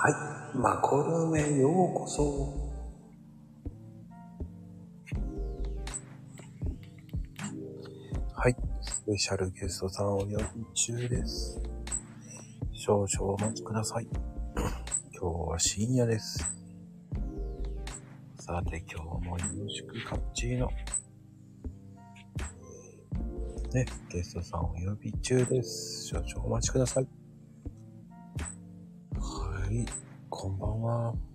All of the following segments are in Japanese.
はい、マコルメようこそ。はい、スペシャルゲストさんをお呼び中です。少々お待ちください。今日は深夜です。さて今日もよろしくカッチーノ。ね、ゲストさんをお呼び中です。少々お待ちください。はい、こんばんは。はい、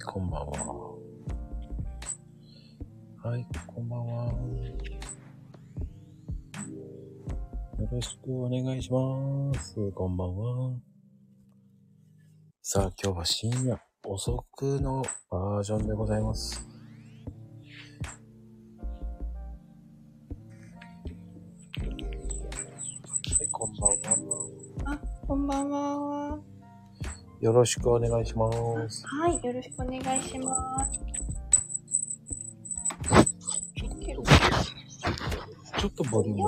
こんばんは。はい、こんばんは。よろしくお願いします。こんばんは。さあ、今日は深夜遅くのバージョンでございます。はい、こんばんは。 あ、こんばんは。 よろしくお願いします。 はい、よろしくお願いします。 ちょっとボリューム。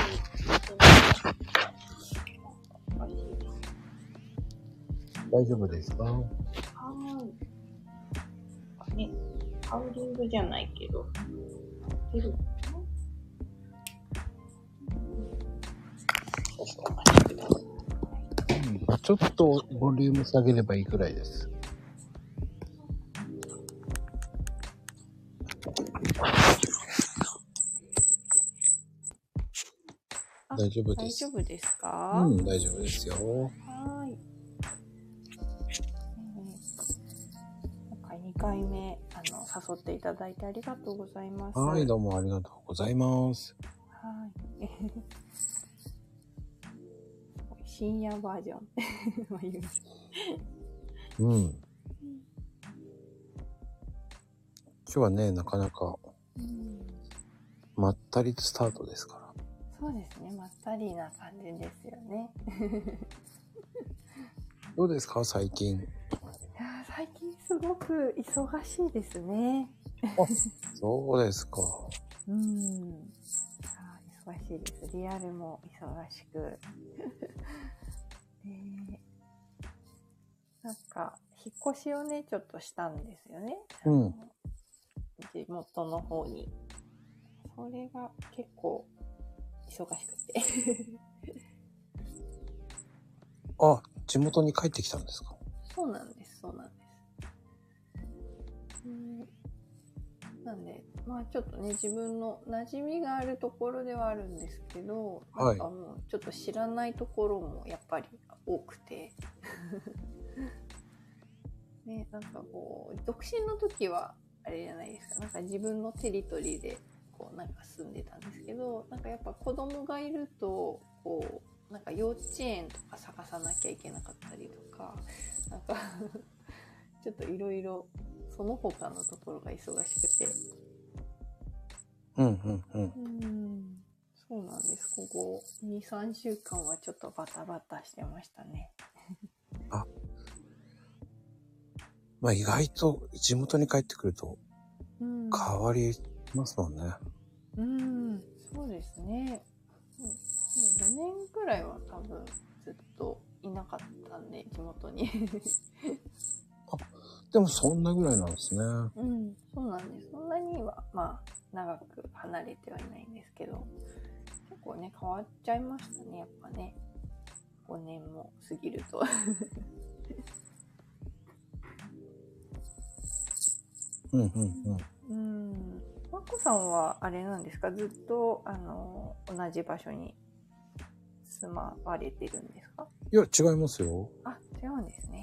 大丈夫ですか？ はい。ね、ハウリングじゃないけど。出るかな？ちょっとボリューム下げればいいくらいです。大丈夫です。 大丈夫ですか？ うん、大丈夫ですよ。 はい。今回2回目誘っていただいてありがとうございます。 はい、どうもありがとうございます。 はい。深夜バージョン。 うん。今日はね、なかなかまったりスタートですから。 そうですね、まったりな感じですよね。 どうですか、最近？ いや最近すごく忙しいですね。 あ、そうですか。 忙しいです。リアルも忙しく。なんか、引っ越しをね、ちょっとしたんですよね。地元の方に。それが結構忙しくて。 あ、地元に帰ってきたんですか？ そうなんです。なんで、まあちょっとね、自分の馴染みがあるところではあるんですけど、なんかもうちょっと知らないところもやっぱり多くて。ね、なんかこう、独身の時は、あれじゃないですか、なんか自分のテリトリーで、こう、なんか住んでたんですけど、なんかやっぱ子供がいると、こう、なんか幼稚園とか探さなきゃいけなかったりとか、なんか、ちょっといろいろ、その他のところが忙しくて。そうなんです。ここ2、3週間はちょっとバタバタしてましたね。 あ、まあ意外と地元に帰ってくると変わりますもんね。 そうですね。もう4年くらいは多分ずっといなかったんで、地元に。 あ、でもそんなぐらいなんですね。 そうなんです。そんなには、まあ、長く離れてはいないんですけど、結構ね、変わっちゃいましたね、やっぱね。5年も過ぎると。マコさんはあれなんですか？ずっと同じ場所に住まわれてるんですか？ いや、違いますよ。 あ、違うんですね。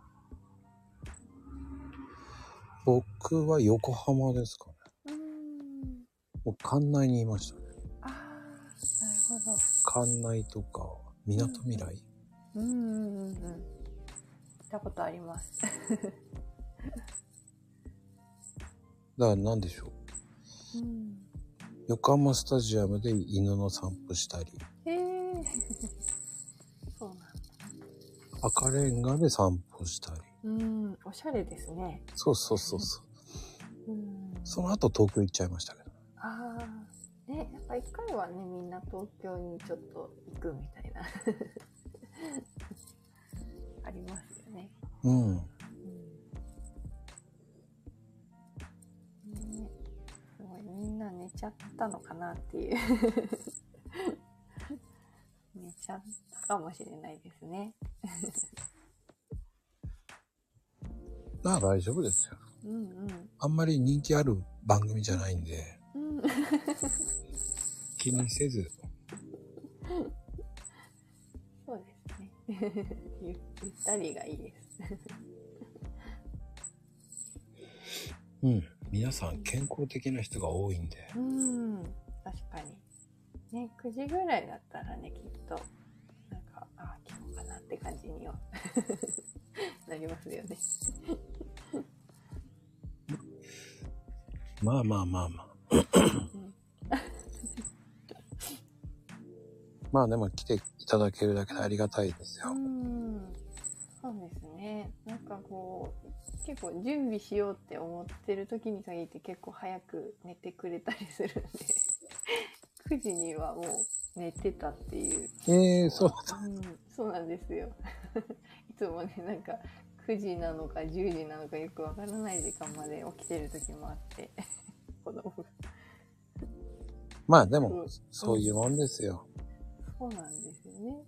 僕は横浜ですかね。もう関内にいましたね。 ああ、なるほど。 関内とかみなとみらい。 行ったことあります。 だから何でしょう。横浜スタジアムで犬の散歩したり。 そうなんだ。 赤レンガで散歩したり。 おしゃれですね。 そう。その後東京行っちゃいましたけど。 ね、やっぱ一回はね、みんな東京にちょっと行くみたいなありますよね。 うん。 ね、すごいみんな寝ちゃったのかなっていう寝ちゃったかもしれないですね。 まあ大丈夫ですよ。 うんうん。 あんまり人気ある番組じゃないんで、 うん、 気にせず。 そうですね。ゆったりがいいです。 うん。皆さん健康的な人が多いんで。 うん、確かに。ね、9時ぐらいだったらね、きっと、なんか、あ、聞こうかなって感じにはなりますよね。 まあまあまあまあ。まあでも来ていただけるだけでありがたいですよ。 そうですね。なんかこう、結構準備しようって思ってる時に限って結構早く寝てくれたりするんで、9時にはもう寝てたっていう。 そう。 そうなんですよ。いつもね、なんか9時なのか10時なのかよくわからない時間まで起きてる時もあって、子供が。 まあでも、そういうもんですよ。 そうなんですよね。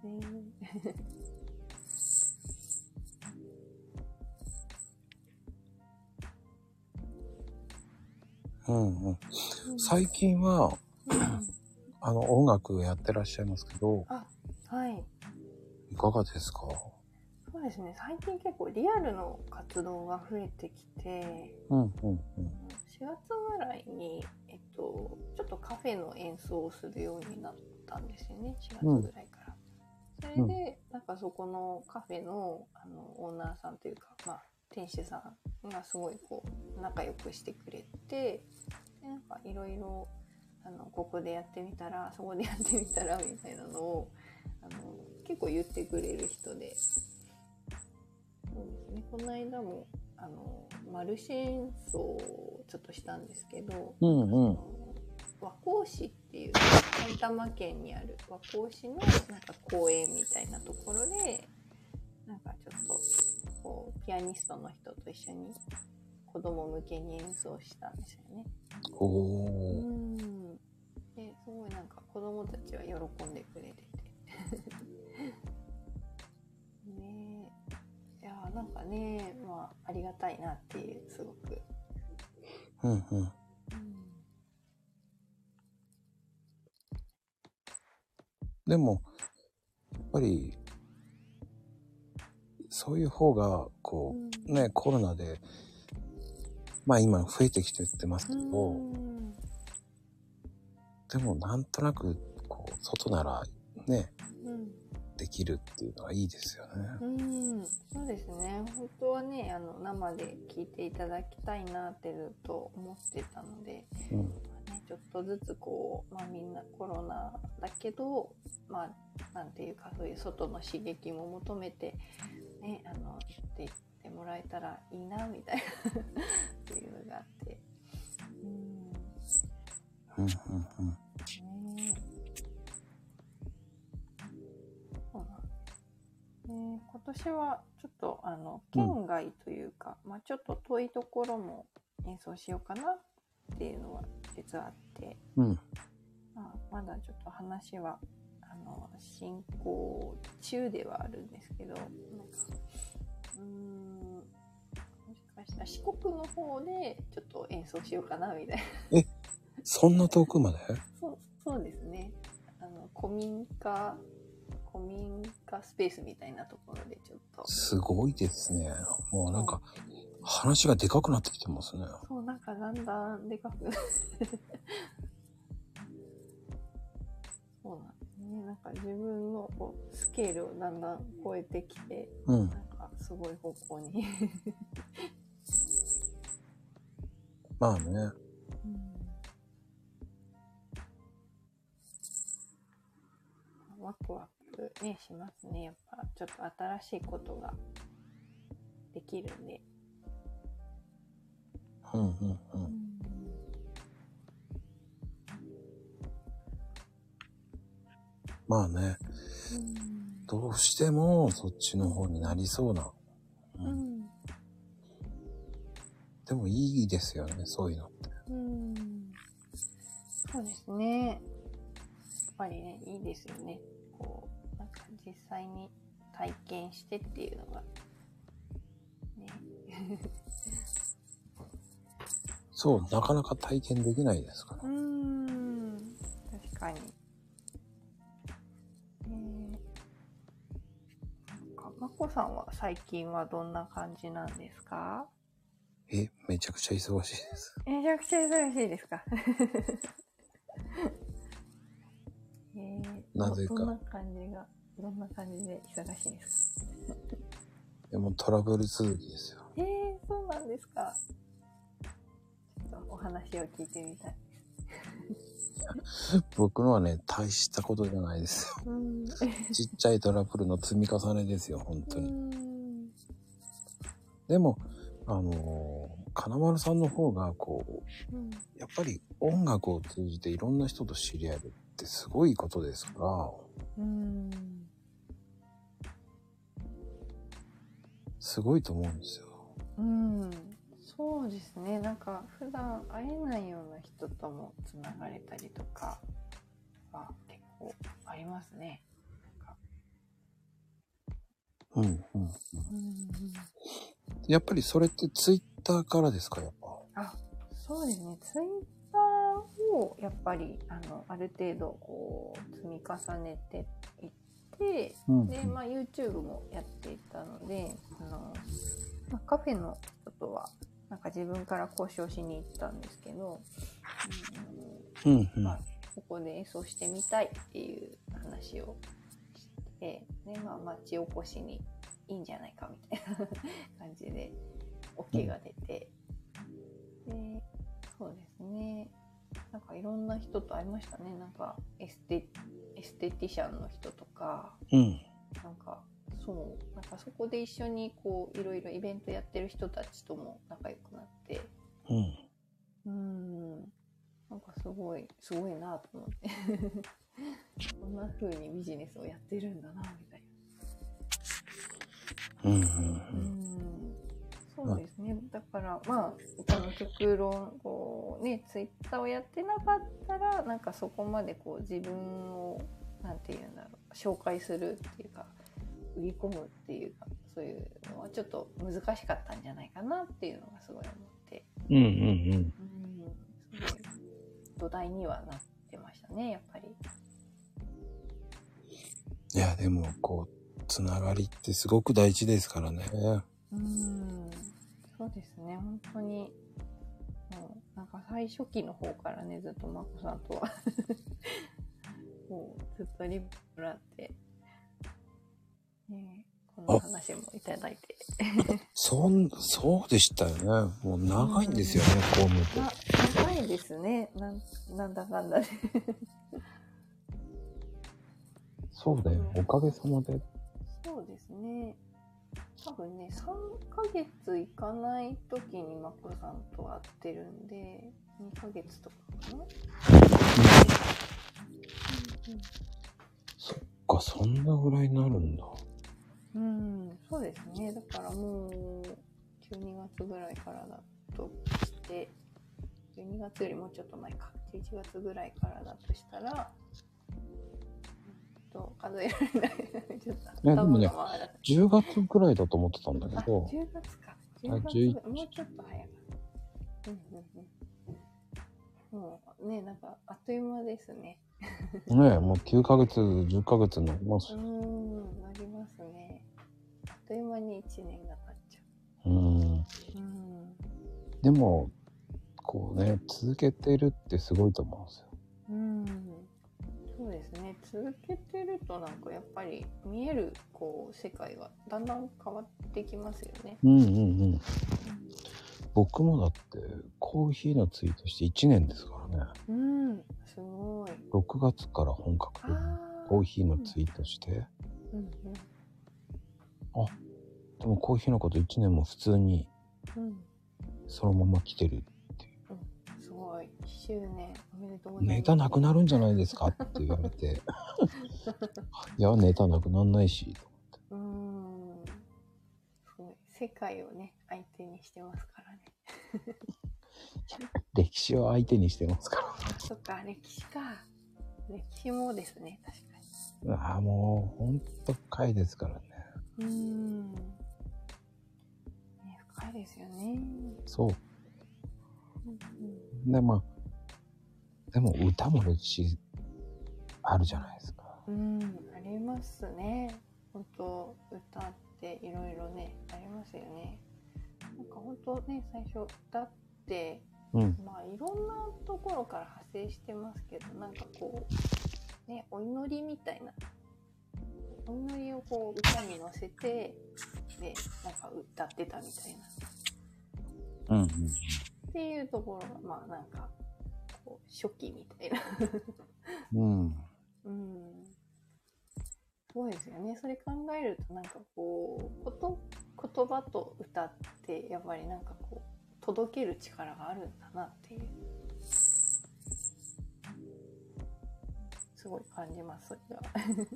うんうん。最近は、音楽やってらっしゃいますけど、 あ、はい。 いかがですか？ そうですね。最近結構リアルの活動が増えてきて、4月ぐらいに、ちょっとカフェの演奏をするようになったんですよね。4月ぐらいから。それで、なんかそこのカフェの、オーナーさんというか、まあ、店主さんがすごいこう、仲良くしてくれて、でなんかいろいろ、ここでやってみたら、そこでやってみたら、みたいなのを、結構言ってくれる人で、そうですね。この間も、マルシェ演奏をちょっとしたんですけど、和光市っていう埼玉県にある和光市のなんか公園みたいなところで、なんかちょっとこうピアニストの人と一緒に子供向けに演奏したんですよね。で、すごいなんか子供たちは喜んでくれててねえ、いやなんかね、まあありがたいなっていう、すごく。 でもやっぱりそういう方がこう、ね、コロナでまあ今増えてきてってますけど、でもなんとなくこう外ならね、できるっていうのはいいですよね。 そうですね。本当はね、生で聞いていただきたいなってずっと思ってたので、ちょっとずつこう、まあみんなコロナだけど、まあなんていうかそういう外の刺激も求めてね、行っていってもらえたらいいなみたいなっていうのがあって、今年はちょっと県外というか、まあちょっと遠いところも演奏しようかなっていうのは実はあって、まあ、まだちょっと話は進行中ではあるんですけど、なんかもしかしたら四国の方でちょっと演奏しようかなみたいな。 そんな遠くまで？ そうですね。古民家スペースみたいなところでちょっと。 すごいですね。もうなんか話がでかくなってきてますね。 そう、なんかだんだんでかくそうなんですね。なんか自分のこうスケールをだんだん超えてきて、なんかすごい方向にまあね。 ワクワクねしますね。やっぱちょっと新しいことができるんで。 まあね、どうしてもそっちの方になりそうな。でもいいですよね、そういうのって。 そうですね。やっぱりね、いいですよね。こう、なんか実際に体験してっていうのが、ね。 そう、なかなか体験できないですから。 確かに。まこさんは最近はどんな感じなんですか？ めちゃくちゃ忙しいです。 めちゃくちゃ忙しいですか？ なぜか。 どんな感じで忙しいんですか？ でもトラブル続きですよ。 そうなんですか。ちょっとお話を聞いてみたい。 僕のはね、大したことじゃないですよ。ちっちゃいトラブルの積み重ねですよ、本当に。でも、金丸さんの方が、やっぱり音楽を通じていろんな人と知り合えるってすごいことですから、すごいと思うんですよ。 そうですね。なんか普段会えないような人ともつながれたりとかは結構ありますね。 やっぱりそれってツイッターからですか、やっぱ。 そうですね。ツイッターをやっぱりある程度こう積み重ねていって、で、YouTube もやっていたので、カフェの人とはなんか自分から交渉しに行ったんですけど、ここで演奏してみたいっていう話をして、で、町おこしにいいんじゃないかみたいな感じで OK が出て、で、そうですね。なんかいろんな人と会いましたね。なんかエステティシャンの人とか、なんかそこで一緒にこういろいろイベントやってる人たちとも仲良くなって、なんかすごいなと思ってこんな風にビジネスをやってるんだなみたいな。そうですね。だからこの極論ツイッターをやってなかったらなんかそこまでこう自分をなんていうんだろう、紹介するっていうか売り込むっていうか、そういうのはちょっと難しかったんじゃないかなっていうのがすごい思って、すごい土台にはなってましたね、やっぱり。 いや、でもつながりってすごく大事ですからね。 そうですね、本当にもうなんか最初期の方からね、ずっとまこさんとはもうずっとリプもらって、この話もいただいてそうでしたよね。もう長いんですよね、こう見ると。 長いですね、なんだかんだでそうだよ、おかげさまで。 そうですね。多分ね、3ヶ月行かない時にまこさんと会ってるんで、2ヶ月とかかな。 そっか、そんなぐらいになるんだ。 そうですね。だからもう12月ぐらいからだとして、12月よりもうちょっと前か、11月ぐらいからだとしたら、数えられない。ちょっとでもね、10月ぐらいだと思ってたんだけど。 10月か。10月もうちょっと早かった。もうね、なんかあっという間ですね。 ねえ、もう9ヶ月、10ヶ月になります。 なりますね。あっという間に1年が経っちゃう。 でも、続けてるってすごいと思うんですよ。 そうですね。続けてるとなんかやっぱり見える世界がだんだん変わってきますよね。 僕もだってコーヒーのツイートして1年ですからね。すごい。 6月から本格的にコーヒーのツイートして、でもコーヒーのこと1年も普通にそのまま来てるっていう。 すごい。1周年おめでとうございます。 ネタなくなるんじゃないですかって言われていや、ネタなくなんないし。 すごい。世界をね、相手にしてますからね。 歴史を相手にしてますから。 そっか、歴史か。歴史もですね、確かに。 ああ、もう、ほんと深いですからね。 ね、深いですよね。 そう。で、まあ、でも歌も歴史あるじゃないですか。 ありますね。本当歌っていろいろね、ありますよね。なんか本当ね、最初歌って、まあいろんなところから派生してますけど、なんかこう、ね、お祈りみたいな、お祈りをこう歌に乗せて、で、なんか歌ってたみたいな。っていうところが、まあなんか、こう、初期みたいな。すごいですよね。それ考えるとなんかこう言葉と歌ってやっぱりなんかこう届ける力があるんだなっていうすごい感じます。それは。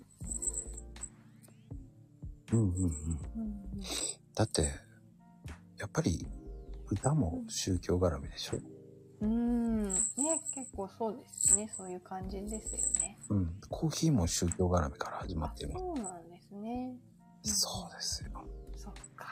だってやっぱり歌も宗教絡みでしょ。 ね、結構そうですね。そういう感じですよね。 コーヒーも宗教絡みから始まっています。 そうなんですね。 そうですよ。 そっか。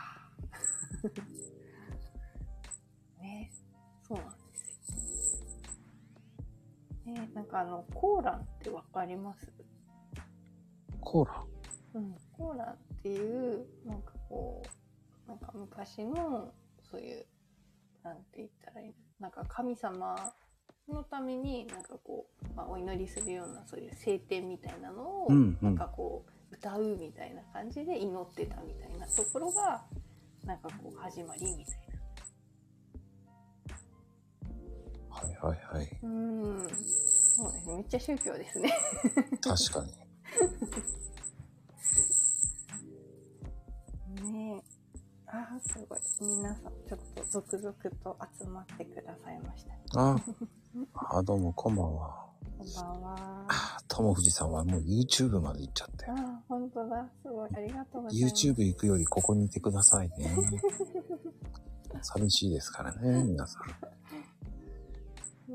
ね、そうなんですよ。ね、なんかコーランってわかります？ コーラン？ コーランっていうなんかこうなんか昔のそういうなんて言ったらいいの、なんか神様のためになんかこう、まあ、お祈りするようなそういう聖典みたいなのを、なんかこう歌うみたいな感じで祈ってたみたいなところがなんかこう始まりみたいな。はいはいはい。 そうですね。めっちゃ宗教ですね。 確かに。ねえ。すごい。皆さん、ちょっと続々と集まってくださいましたね。 どうも、こんばんは。 こんばんは。 ともふじさんはもう YouTube まで行っちゃって。 本当だ。すごい。ありがとうございます。 YouTube 行くよりここにいてくださいね。寂しいですからね、皆さん。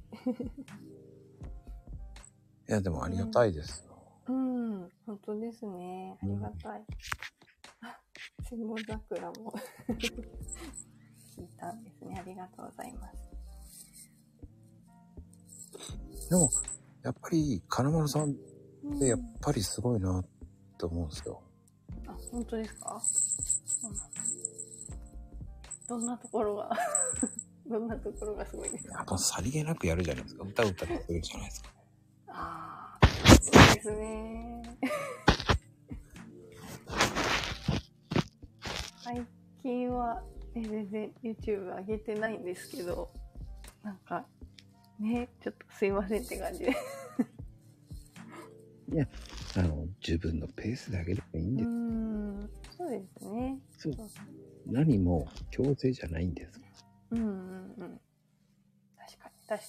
いや、でもありがたいですよ。 本当ですね。ありがたい。千本桜も聞いたんですね。ありがとうございます。 でも、やっぱり、金丸さんってやっぱりすごいなって思うんですよ。 本当ですか？そうなんです。どんなところがどんなところがすごいですか？ やっぱさりげなくやるじゃないですか。歌ってくるじゃないですか。 そうですね。最近は、全然 YouTube 上げてないんですけど、なんかね、ちょっとすいませんって感じで。 いや、自分のペースで上げればいいんです。 そうですね。 そう。何も強制じゃないんです。 確かに確か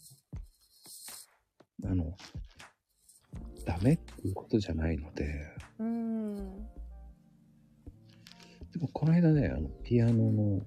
に。ダメっていうことじゃないので。でもこの間ね、ピアノの、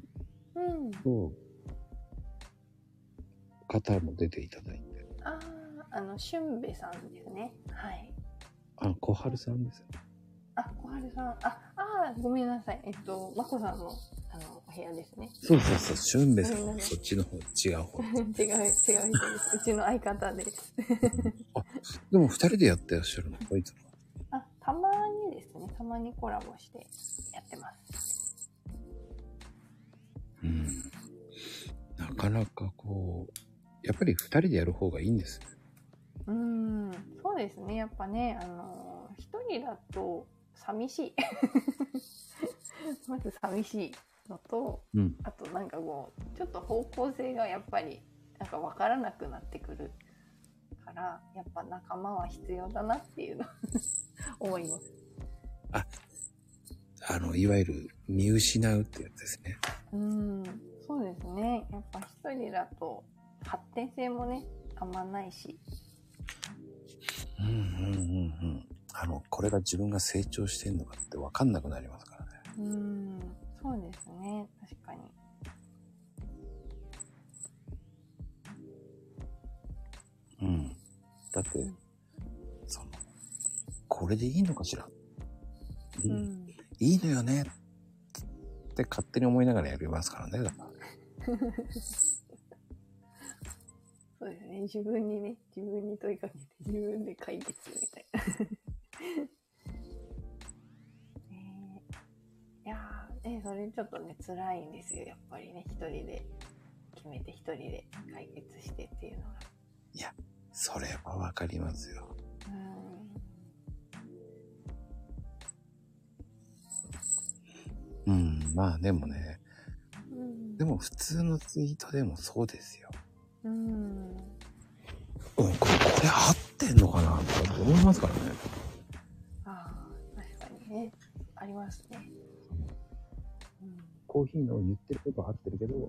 方も出ていただいて。 しゅんべさんですね。はい。 小春さんですよ。 小春さん。ごめんなさい。まこさんの、お部屋ですね。 そう、しゅんべさん。そっちの方、違う方。 違う人です。うちの相方です。 でも二人でやってらっしゃるのか、いつも。 たまにですね。たまにコラボしてやってます。 なかなかこう、やっぱり二人でやる方がいいんですね。 そうですね。やっぱね、一人だと寂しい。まず寂しいのと、あとなんかこう、ちょっと方向性がやっぱり、なんか分からなくなってくるから、やっぱ仲間は必要だなっていうの思います。 いわゆる見失うってやつですね。 そうですね。やっぱ一人だと発展性もね、あんまないし。 これが自分が成長してんのかって分かんなくなりますからね。 そうですね。確かに。 うん。だって、これでいいのかしら、いいのよねって勝手に思いながらやりますからね。だからそうですね。自分に問いかけて自分で解決みたいな。いやー、それちょっとね、辛いんですよ。やっぱりね、一人で決めて一人で解決してっていうのが。 いや、それはわかりますよ。まあでもね、でも普通のツイートでもそうですよ。これ合ってんのかなとか思いますからね。 確かにね、ありますね。 コーヒーの言ってることは合ってるけど、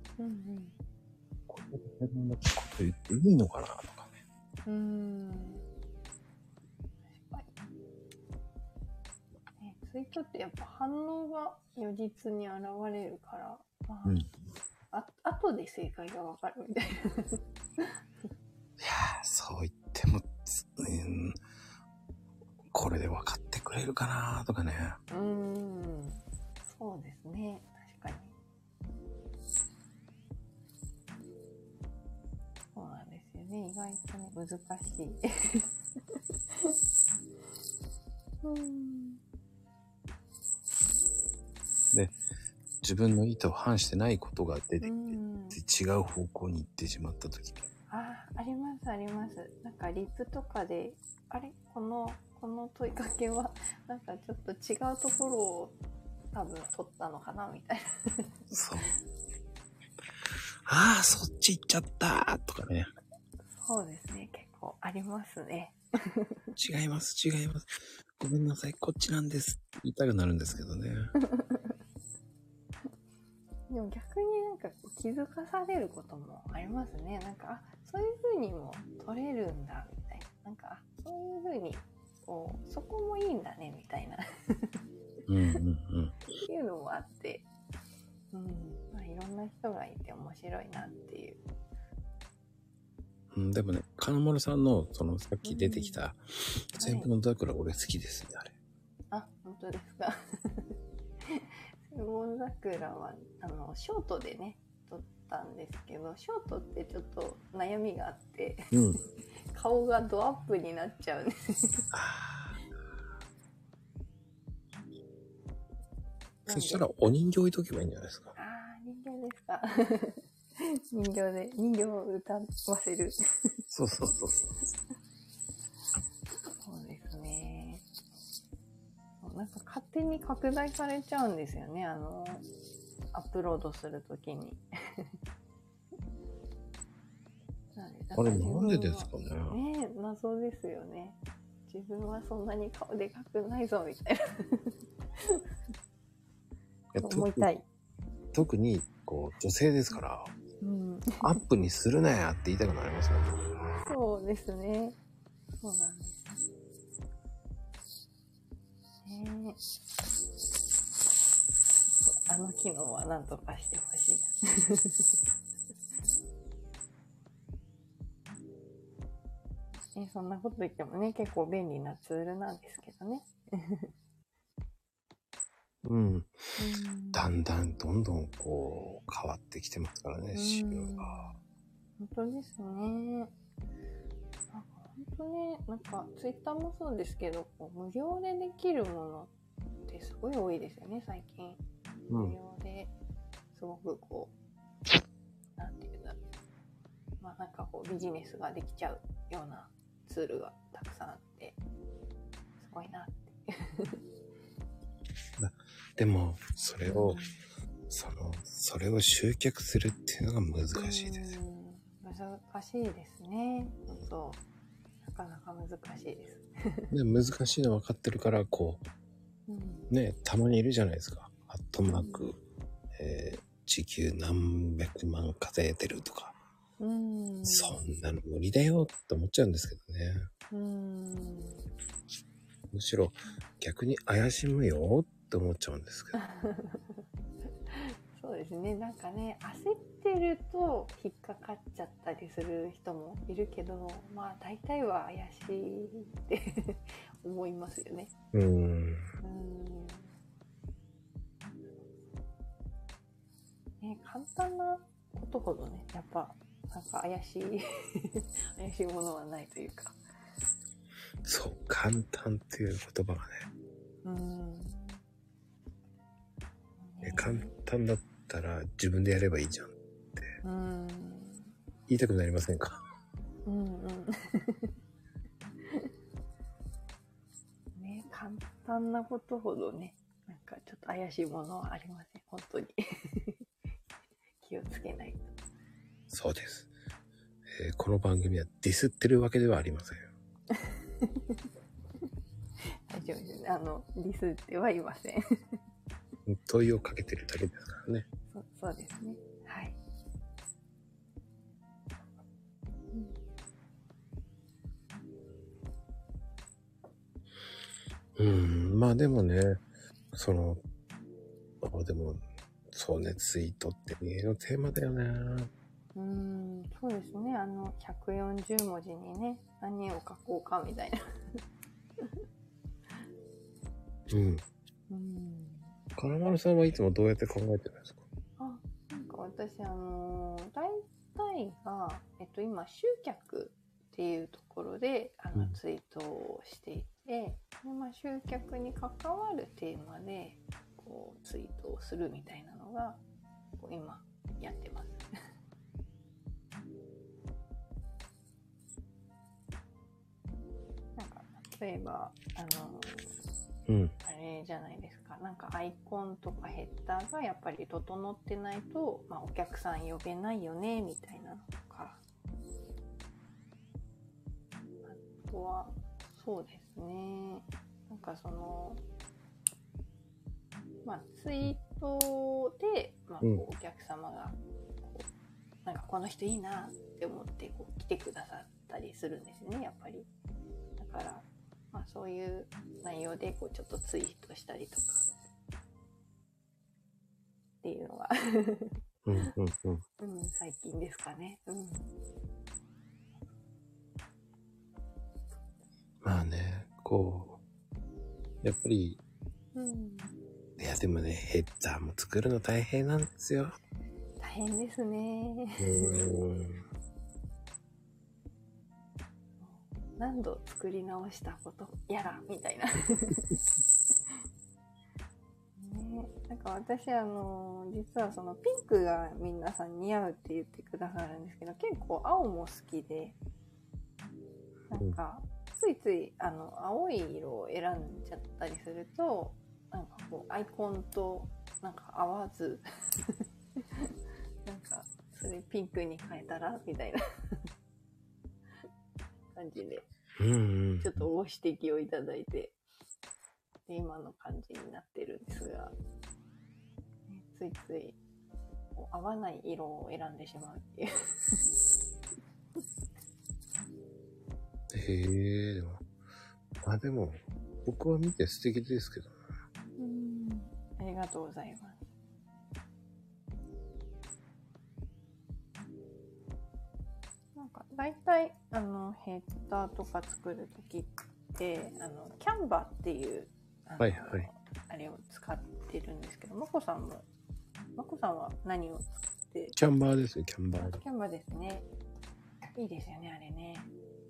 これだけのこと言っていいのかなとかね。 確かに。ツイートってやっぱ反応が如実に現れるから、後で正解がわかるみたいな。いやー、そう言っても、これで分かってくれるかなとかね。 そうですね。確かに。そうなんですよね。意外とね、難しい。 で、自分の意図を反してないことが出てきて、違う方向に行ってしまった時に。 ありますあります。なんかリプとかで、あれこの問いかけはなんかちょっと違うところを多分取ったのかなみたいな。 そう。そっち行っちゃったとかね。 そうですね。結構ありますね。 違います。ごめんなさい。こっちなんです。言いたくなるんですけどね。 でも逆になんか気づかされることもありますね。なんか、そういう風にも取れるんだみたいな。なんか、そういう風にこうそこもいいんだねみたいなっていうのもあって、まあ、いろんな人がいて面白いなっていう。 でもね、金丸さんのそのさっき出てきた千本桜、俺好きですね、あれ。 本当ですか。千本桜はショートでね撮ったんですけど、ショートってちょっと悩みがあって、顔がドアップになっちゃうんですそしたらお人形置いとけばいいんじゃないですか。 人形ですか。人形を歌わせる。 そうそうですね。なんか勝手に拡大されちゃうんですよね。アップロードするときに。 あれなんでですかね。 謎ですよね。自分はそんなに顔でかくないぞみたいな。思いたい。 特にこう女性ですから、アップにするなやって言いたくなりますよね。 そうですね。そうなんです。機能は何とかしてほしい。そんなこと言ってもね、結構便利なツールなんですけどね。 だんだんどんどんこう変わってきてますからね、仕様が。 本当ですね。なんかツイッターもそうですけど、無料でできるものってすごい多いですよね、最近。無料ですごくこう、なんていうんだろう。まあなんかこうビジネスができちゃうようなツールがたくさんあって、すごいなって。 でも、それを集客するっていうのが難しいですよ。 難しいですね。そう。なかなか難しいです。 で難しいの分かってるから、こう、ね、たまにいるじゃないですか。アットマーク、時給何百万稼いでるとか。そんなの無理だよって思っちゃうんですけどね。 むしろ逆に怪しむよって思っちゃうんですけど。 そうですね。なんかね、焦ってると引っかかっちゃったりする人もいるけど、まあ大体は怪しいって思いますよね。ね、簡単なことほどね、やっぱなんか怪しい怪しいものはないというか。 そう、簡単っていう言葉がね。簡単だったら自分でやればいいじゃんって言いたくなりませんか？ ね、簡単なことほどね、なんかちょっと怪しいものはありません。本当に気をつけないと。 そうです。この番組はディスってるわけではありませんよ。 大丈夫です。ディスってはいません。 問いをかけてるだけですからね。 そうですね。はい。 まあでもね、でも、そうね、ツイートって家のテーマだよね。 そうですね。140文字にね、何を書こうかみたいな。 金丸さんはいつもどうやって考えてるんですか？ なんか私、大体が、今、集客っていうところで、ツイートをしていて、集客に関わるテーマで、こう、ツイートをするみたいなのが、こう今、やってます。なんか、例えば、あれじゃないですか。なんかアイコンとかヘッダーがやっぱり整ってないと、お客さん呼べないよね、みたいなのとか。あとは、そうですね。なんかツイートで、こうお客様がこう、なんかこの人いいなって思ってこう来てくださったりするんですね、やっぱり。だから、そういう内容でこうちょっとツイートしたりとかっていうのが最近ですかね。 まあね、こうやっぱり、いやでもね、ヘッダーも作るの大変なんですよ。 大変ですね。何度作り直したことやらみたいなね。なんか私実はそのピンクが皆さん似合うって言ってくださるんですけど、結構青も好きで、なんかついつい青い色を選んじゃったりすると、なんかこうアイコンとなんか合わずなんかそれピンクに変えたらみたいな感じで、ちょっとご指摘をいただいて、で今の感じになってるんですが、ついついこう合わない色を選んでしまうっていうへえ。でも僕は見て素敵ですけどね。 ありがとうございます。なんか大体ヘッダーとか作るときってキャンバっていうあれを使ってるんですけど、まこさんは何を使って？ キャンバーですよ、キャンバー。 キャンバーですね。いいですよね、あれね。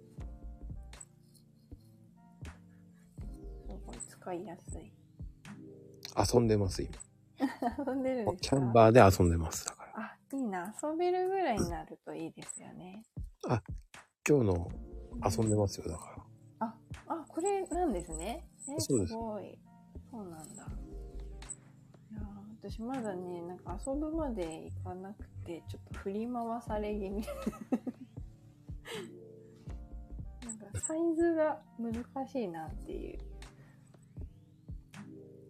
すごい使いやすい。 遊んでます今。 遊んでるんですか？ キャンバーで遊んでますだから。 いいな、遊べるぐらいになるといいですよね。 今日の遊んでますよだから。 これなんですね。 そうです。 すごい。そうなんだ。いや私まだね、なんか遊ぶまでいかなくて、ちょっと振り回され気味。なんかサイズが難しいなっていう。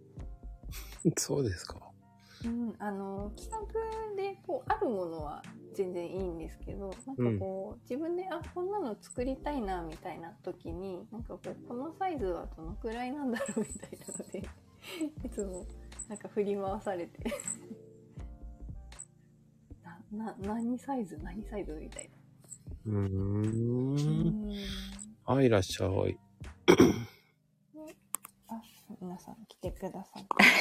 そうですか。 企画でこうあるものは全然いいんですけど、なんかこう、自分でこんなの作りたいなみたいな時に、なんかこう、このサイズはどのくらいなんだろうみたいなのでいつもなんか振り回されて何サイズみたいな。 はい、いらっしゃい。 皆さん来てください。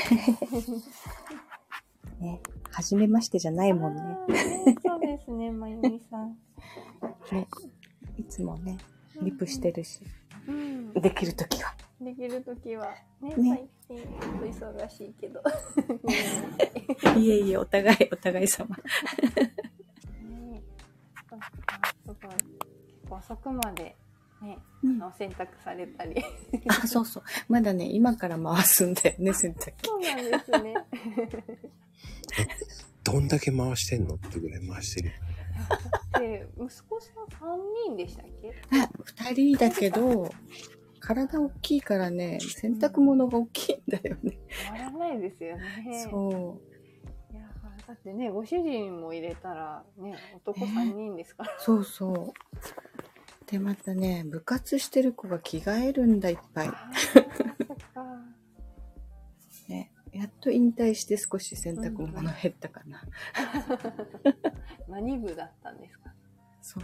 ね、初めましてじゃないもんね。 そうですね、まゆみさん。 ね、いつもね、リプしてるし。できるときは。 できるときはね、最近ちょっと忙しいけど。 いえいえ、お互い様。 すごい。結構遅くまでね、洗濯されたり。 そうそう。まだね、今から回すんだよね、洗濯機。 そうなんですね。 どんだけ回してんのってぐらい回してる。 で、息子さん3人でしたっけ ？2人だけど、体大きいからね、洗濯物が大きいんだよね。 止まらないですよね。 そう。 いや、だってね、ご主人も入れたら、ね、男3人ですから。 そうそう。で、またね、部活してる子が着替えるんだ、いっぱい。 そっか。 ね、やっと引退して少し洗濯物減ったかな。 何部だったんですか？ そう。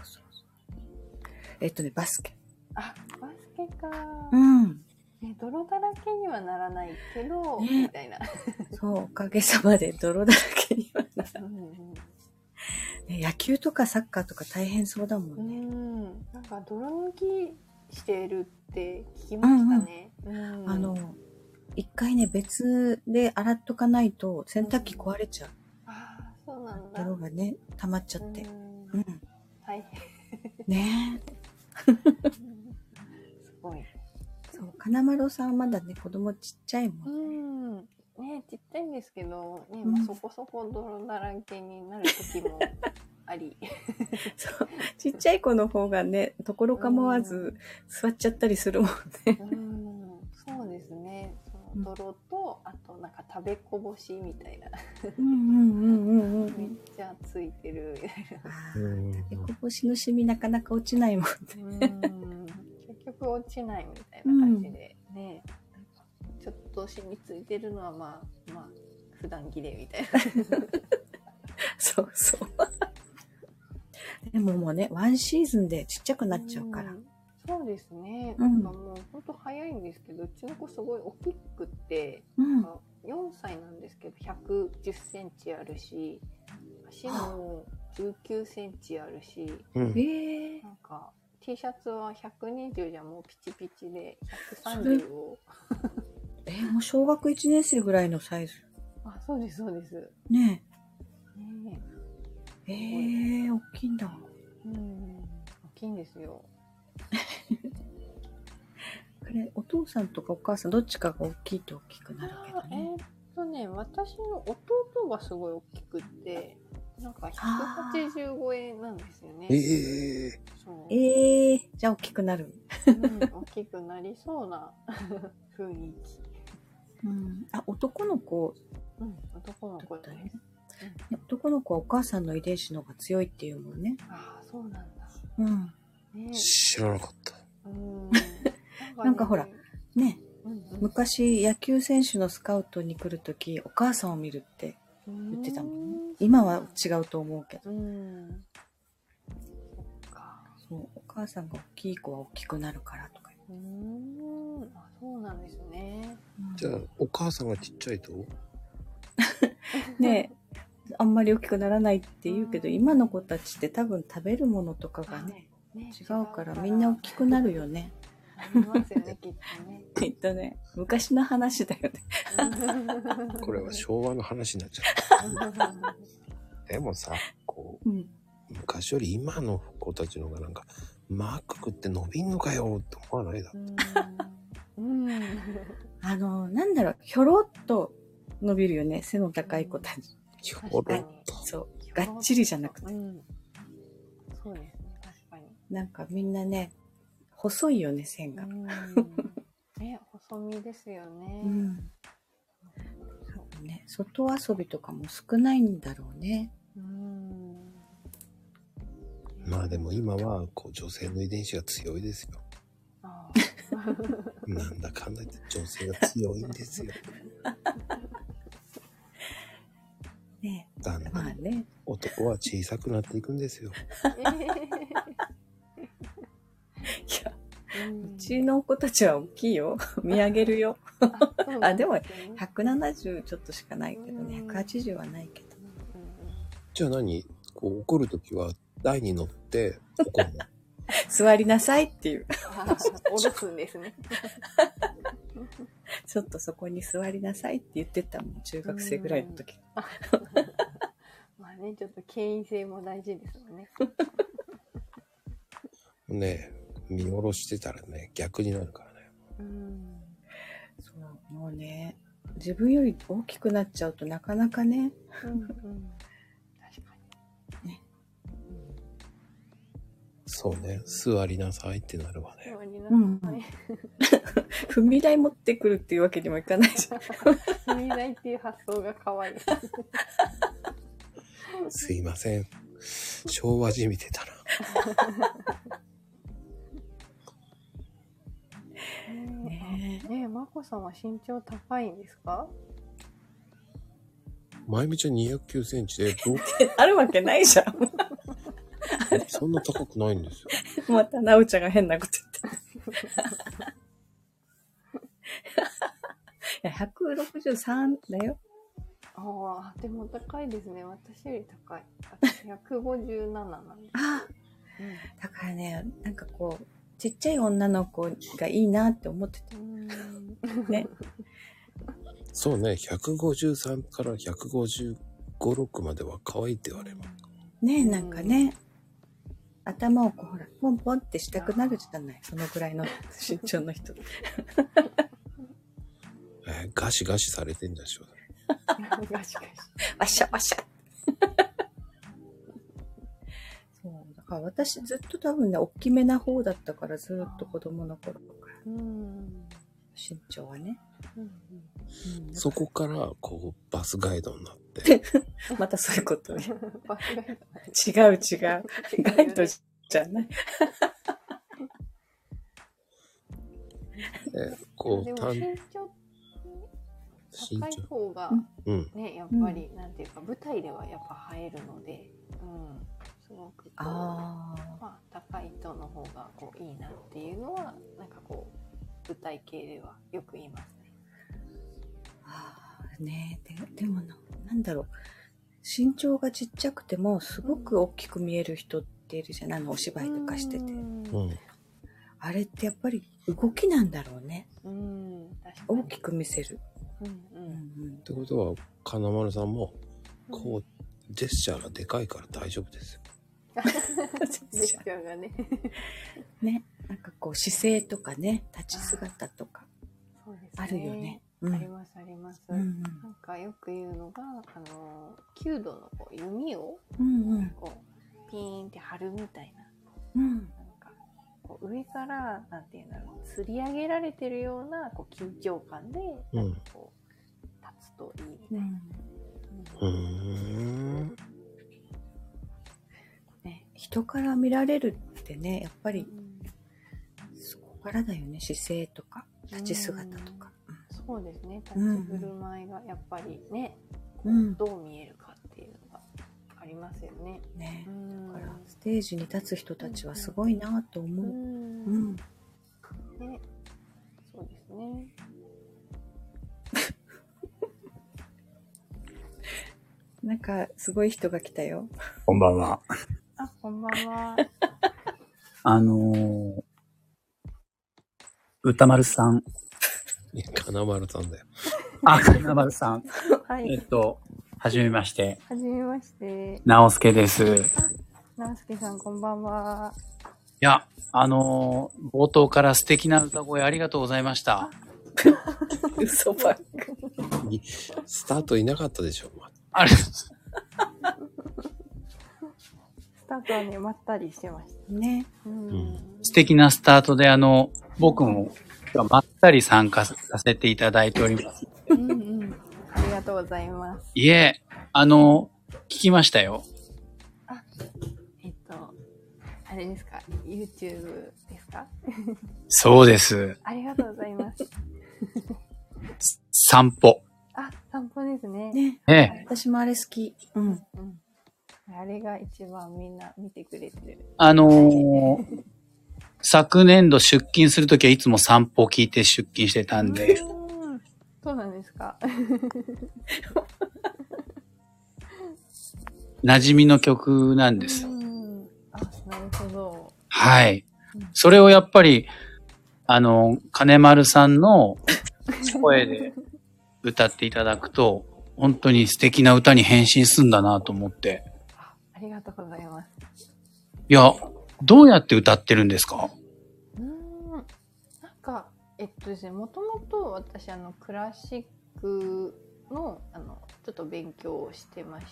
バスケ。 バスケか。ね、泥だらけにはならないけど、みたいな。 そう、おかげさまで泥だらけにはならない。野球とかサッカーとか大変そうだもんね。 なんか泥抜きしてるって聞きましたね。 一回ね、別で洗っとかないと洗濯機壊れちゃう。 そうなんだ。 泥がね、溜まっちゃって。 大変。 ねすごい。 そう、金丸さんはまだね、子供ちっちゃいもんね。ね、ちっちゃいんですけど、ね、そこそこ泥だらけになる時もあり。 そう、ちっちゃい子の方がね、ところ構わず座っちゃったりするもんね。 そうですね。泥と、あとなんか食べこぼしみたいな。めっちゃついてるみたいな。 食べこぼしのシミなかなか落ちないもんね。 結局落ちないみたいな感じでね。ちょっと染みついてるのはまあ普段着でみたいな。 そう。でももうね、ワンシーズンでちっちゃくなっちゃうから。 そうですね。なんかもうほんと早いんですけど、うちの子すごい大きくって、4歳なんですけど110センチあるし、足も19センチあるし、なんか T シャツは120じゃもうピチピチで130を。 もう小学1年生ぐらいのサイズ。 そうです。 ねえ。大きいんだ。 大きいんですよ。 これ、お父さんとかお母さんどっちかが大きいと大きくなるけどね。 私の弟がすごい大きくって、なんか180超えなんですよね。 じゃあ大きくなる。 大きくなりそうな雰囲気。 男の子。 男の子だね。 男の子はお母さんの遺伝子の方が強いっていうもんね。 そうなんだ。 知らなかった。 なんかほら、ね、昔野球選手のスカウトに来るとき、お母さんを見るって言ってたもんね。今は違うと思うけど。そう、お母さんが大きい子は大きくなるからとか。 そうなんですね。 じゃあ、お母さんがちっちゃいとねえ、あんまり大きくならないって言うけど、今の子たちって多分食べるものとかがね、違うからみんな大きくなるよね。 ありますよね、きっとね。 きっとね、昔の話だよね。 これは昭和の話になっちゃった。でもさ、昔より今の子たちの方がなんか、マック食って伸びんのかよって思わないだろう。 なんだろう、ひょろっと伸びるよね、背の高い子たち。 ひょろっと。 そう、がっちりじゃなくて。 そうですね、確かに。 なんかみんなね、細いよね、線が。 ね、細身ですよね。 ね、外遊びとかも少ないんだろうね。 まあでも今はこう女性の遺伝子が強いですよ。なんだかんだ言って女性が強いんですよ。 ねえ。 だんだん、 まあね。 男は小さくなっていくんですよ。 いや、うちの子たちは大きいよ。見上げるよ。あ、でも170ちょっとしかないけどね。180はないけど。 じゃあ何こう怒るときは台に乗って怒るの？ 座りなさいっていう。 おろすんですね。 ちょっとそこに座りなさいって言ってたもん。中学生ぐらいの時。 まあね、ちょっと権威性も大事ですもんね。 ねえ、見下ろしてたらね、逆になるからね。 そう、もうね、自分より大きくなっちゃうとなかなかね。 確かに。ね。 そうね、座りなさいってなるわね。 座りなさい。 踏み台持ってくるっていうわけにもいかないじゃん。 踏み台っていう発想が可愛い。 すいません。昭和じみてたな。 ねえ、まこさんは身長高いんですか？ まゆみちゃん209センチで、 あるわけないじゃん。 そんな高くないんですよ。またなおちゃんが変なこと言った。163だよ。 ああ、でも高いですね。私より高い。私157なんです。 ああ、だからね、なんかこう、ちっちゃい女の子がいいなって思ってた。ね。 そうね、153から155、6までは可愛いって言われます。 ねえ、なんかね、頭をこう、ほら、ポンポンってしたくなるじゃない。そのぐらいの身長の人。 ガシガシされてんでしょ。 ガシガシ。 ワシャワシャ。そう、だから私ずっと多分ね、大きめな方だったから、ずっと子供の頃から。身長はね。 そこから、こう、バスガイドになって。 またそういうことね。 バスガイド違う。ガイドじゃない。 こう、 でも身長高い方がね、やっぱり、なんていうか、舞台ではやっぱ映えるので、すごくこう、まあ、高い人の方がこういいなっていうのは、なんかこう、舞台系ではよく言いますね。 ねえ、でもなんだろう、身長がちっちゃくてもすごく大きく見える人っているじゃない、お芝居とかしてて、あれってやっぱり動きなんだろうね。大きく見せる。 ってことは金丸さんもこうジェスチャーがでかいから大丈夫ですよ。 ジェスチャーがね。 ね、なんかこう姿勢とかね、立ち姿とかあるよね。 ありますあります。なんかよく言うのが、弓道のこう弓をこうピーンって張るみたいな。なんかこう上からなんていうんだろう、吊り上げられてるようなこう緊張感でなんかこう立つといいみたいな。 ね、人から見られるってね、やっぱりそこからだよね。姿勢とか立ち姿とか。 そうですね。立ち振る舞いがやっぱりね、どう見えるかっていうのがありますよね。 ね、だからステージに立つ人たちはすごいなと思う。 ね、そうですね。 なんかすごい人が来たよ。 こんばんは。 あ、こんばんは。 歌丸さん。 金丸さんだよ。 金丸さん。 はい。 はじめまして。 はじめまして。 直輔です。 直輔さん、こんばんは。 いや、冒頭から素敵な歌声ありがとうございました。 嘘ばっか。 スタートいなかったでしょ。 あれスタートはね、まったりしてましたね。 素敵なスタートで僕もまったり参加させていただいております。 ありがとうございます。 いえ、聞きましたよ。 あれですか YouTube ですか？ そうです。 ありがとうございます。 散歩。 あ、散歩ですね。 ね。私もあれ好き。うん。 あれが一番みんな見てくれてる。 昨年度出勤するときはいつも散歩を聞いて出勤してたんで。 そうなんですか。 馴染みの曲なんです。 あ、なるほど。 はい。それをやっぱり、金丸さんの声で歌っていただくと、本当に素敵な歌に変身するんだなと思って。 ありがとうございます。 いや、どうやって歌ってるんですか？ なんか、ですね、もともと私、クラシックの、ちょっと勉強をしてまして、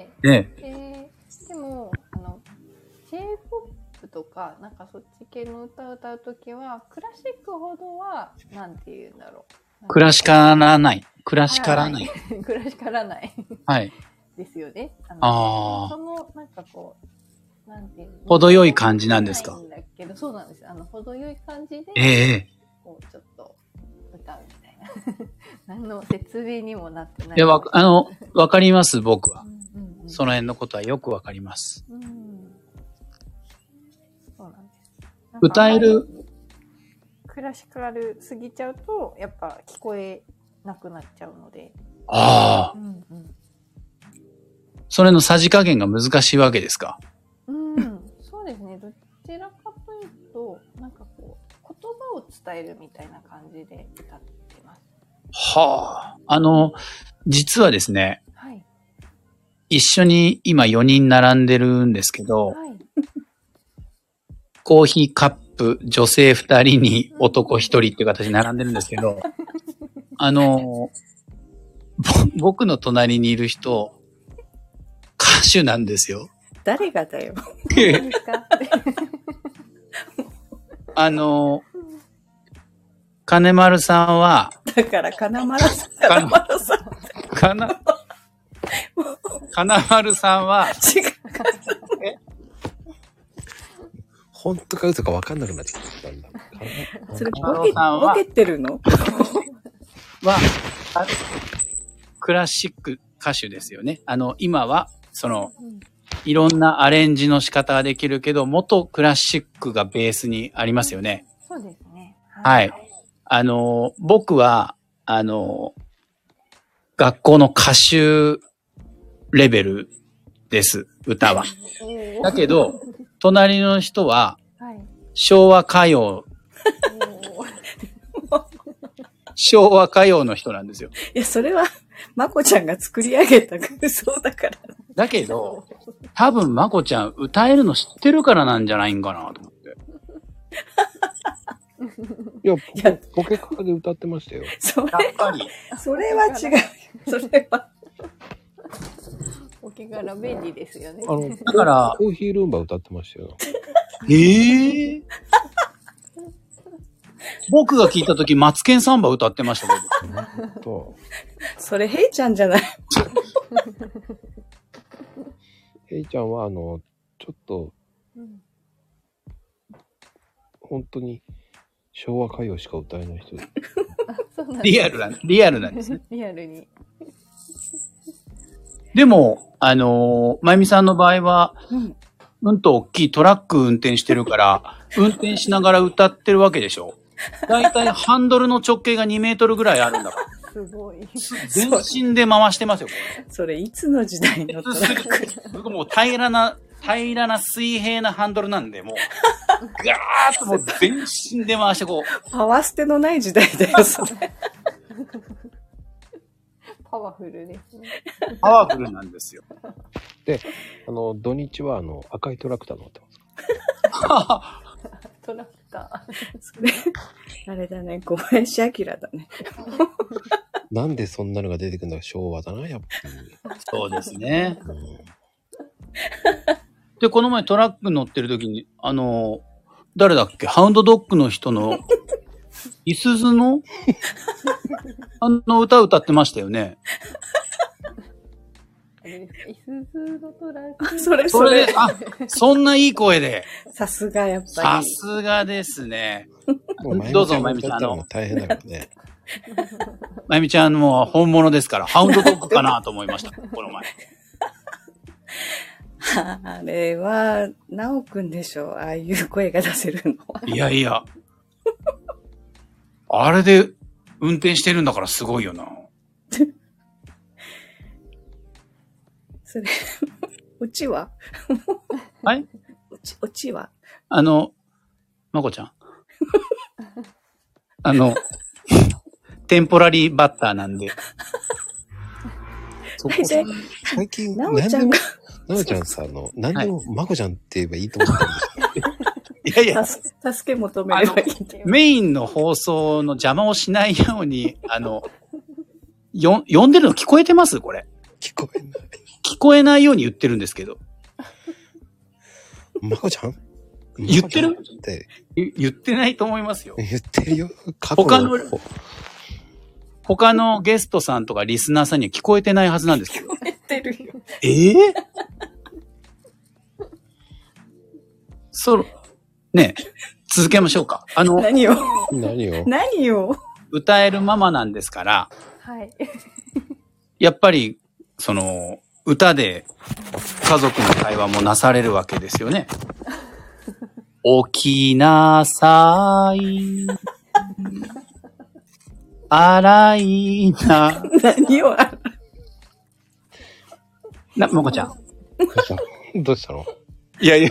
でも、J-POP とか、なんかそっち系の歌を歌うときは、クラシックほどは、なんて言うんだろう。 クラシからない。クラシからない。 クラシからない。 はい。 ですよね。その、なんかこう、なんていうの。 程よい感じなんですか？ だけど、そうなんです。程よい感じで、こう、ちょっと、歌うみたいな。何の説明にもなってない。 わかります、僕は。その辺のことはよくわかります。 そうなんです。 歌えるクラシカルすぎちゃうと、やっぱ聞こえなくなっちゃうので。 ああ。それのさじ加減が難しいわけですか？ そうですね。どちらかというと、なんかこう、言葉を伝えるみたいな感じで歌ってます。 はあ。実はですね、 はい、 一緒に今4人並んでるんですけど、コーヒーカップ、女性2人に男1人っていう形で並んでるんですけど、僕の隣にいる人、歌手なんですよ。 誰がだよ。 金丸さんは、 だから金丸さん。 金丸さんは、 違う。 本当か嘘か分かんなくなっちゃったんだ。 それボケてるの？ は、クラシック歌手ですよね。今は、いろんなアレンジの仕方ができるけど、元クラシックがベースにありますよね。 そうですね。 はい。僕は、学校の歌手レベルです、歌は。だけど、隣の人は、昭和歌謡、昭和歌謡の人なんですよ。 いや、それは、まこちゃんが作り上げた空想だから。 だけど、多分まこちゃん歌えるの知ってるからなんじゃないんかなと思って。 いや、ポケカーで歌ってましたよ。 やっぱり。 それは違う。それは。 ポケカラ便利ですよね。 だから、 コーヒールンバ歌ってましたよ。 僕が聞いたとき、マツケンサンバ歌ってましたけど。 それ、ヘイちゃんじゃない。 ヘイちゃんは、ちょっと、本当に、昭和歌謡しか歌えない人です。 リアルなんですね。 リアルに。 でも、まゆみさんの場合は、うんと大きいトラック運転してるから、運転しながら歌ってるわけでしょ？だいたいハンドルの直径が2メートルぐらいあるんだから。 すごい。 全身で回してますよ、これ。 それ、いつの時代のトラック？ 僕もう平らな水平なハンドルなんで、もう、ガーッともう全身で回してこう。 パワーステのない時代だよ、それ。 パワフルですね。 パワフルなんですよ。 で、土日は赤いトラクター乗ってますか？ トラクター。 それ、あれだね、小林明だね。 なんでそんなのが出てくるんだか昭和だな、やっぱり。 そうですね。で、この前トラック乗ってる時に、誰だっけ？ハウンドドッグの人の、いすずの歌歌ってましたよね。 れですか？いすゞのトラック。 それ。 あ、そんないい声で。 さすが、やっぱさり。 すがですね。 もどうぞまゆみちゃんもう大変だからね。 まゆみちゃんも本物ですから、ハウンドドッグかなと思いました、この前。 あれは、なおくんでしょう。ああいう声が出せるのは。 いやいや。あれで運転してるんだからすごいよな。 それ、うちははいうちはまこちゃん。テンポラリーバッターなんで。 そこ最近、 なおちゃんが、 なおちゃんさ、何でも、まこちゃんって言えばいいと思ったんですいやいや、 助け求めればいいっていう。 メインの放送の邪魔をしないように、呼んでるの聞こえてますこれ。 聞こえない。 聞こえないように言ってるんですけど。 まこちゃん言ってるって言ってないと思いますよ。 言ってるよ。 他のゲストさんとかリスナーさんには聞こえてないはずなんですけど。 言ってるよ。 ね続けましょうか。 何を歌えるママなんですから、 はい。 やっぱり、歌で家族の会話もなされるわけですよね。起きなさい。洗いな。 何をもこちゃん。 どうしたの？ いやいや、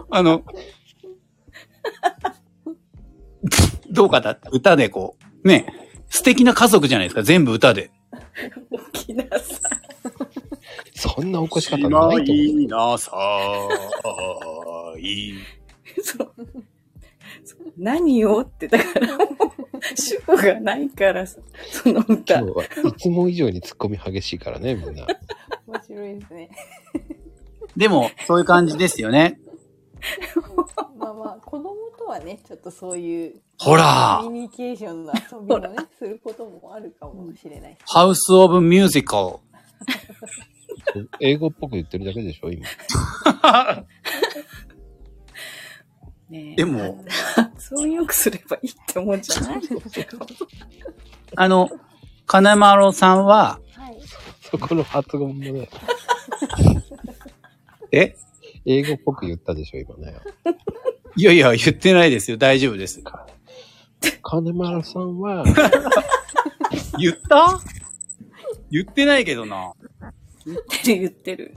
どうかだ歌でこう、ね、素敵な家族じゃないですか、全部歌で。 起きなさい。 そんな起こし方ないと思う。 起きなさい。 何をってだからもう主語がないからその歌。 今日はいつも以上にツッコミ激しいからねみんな。 面白いですね。 でもそういう感じですよね。 まあ子供とはねちょっとそういうほらコミュニケーションの遊びもねすることもあるかもしれない。 ハウスオブミュージカル。 英語っぽく言ってるだけでしょ今。 ね、 でもそうよくすればいいって思うんじゃない？ 金丸さんは、 はい、 そこの発音もね。 英語っぽく言ったでしょ今ね。 いやいや言ってないですよ、大丈夫です。 金丸さんは言った言ってないけどな。 言ってる。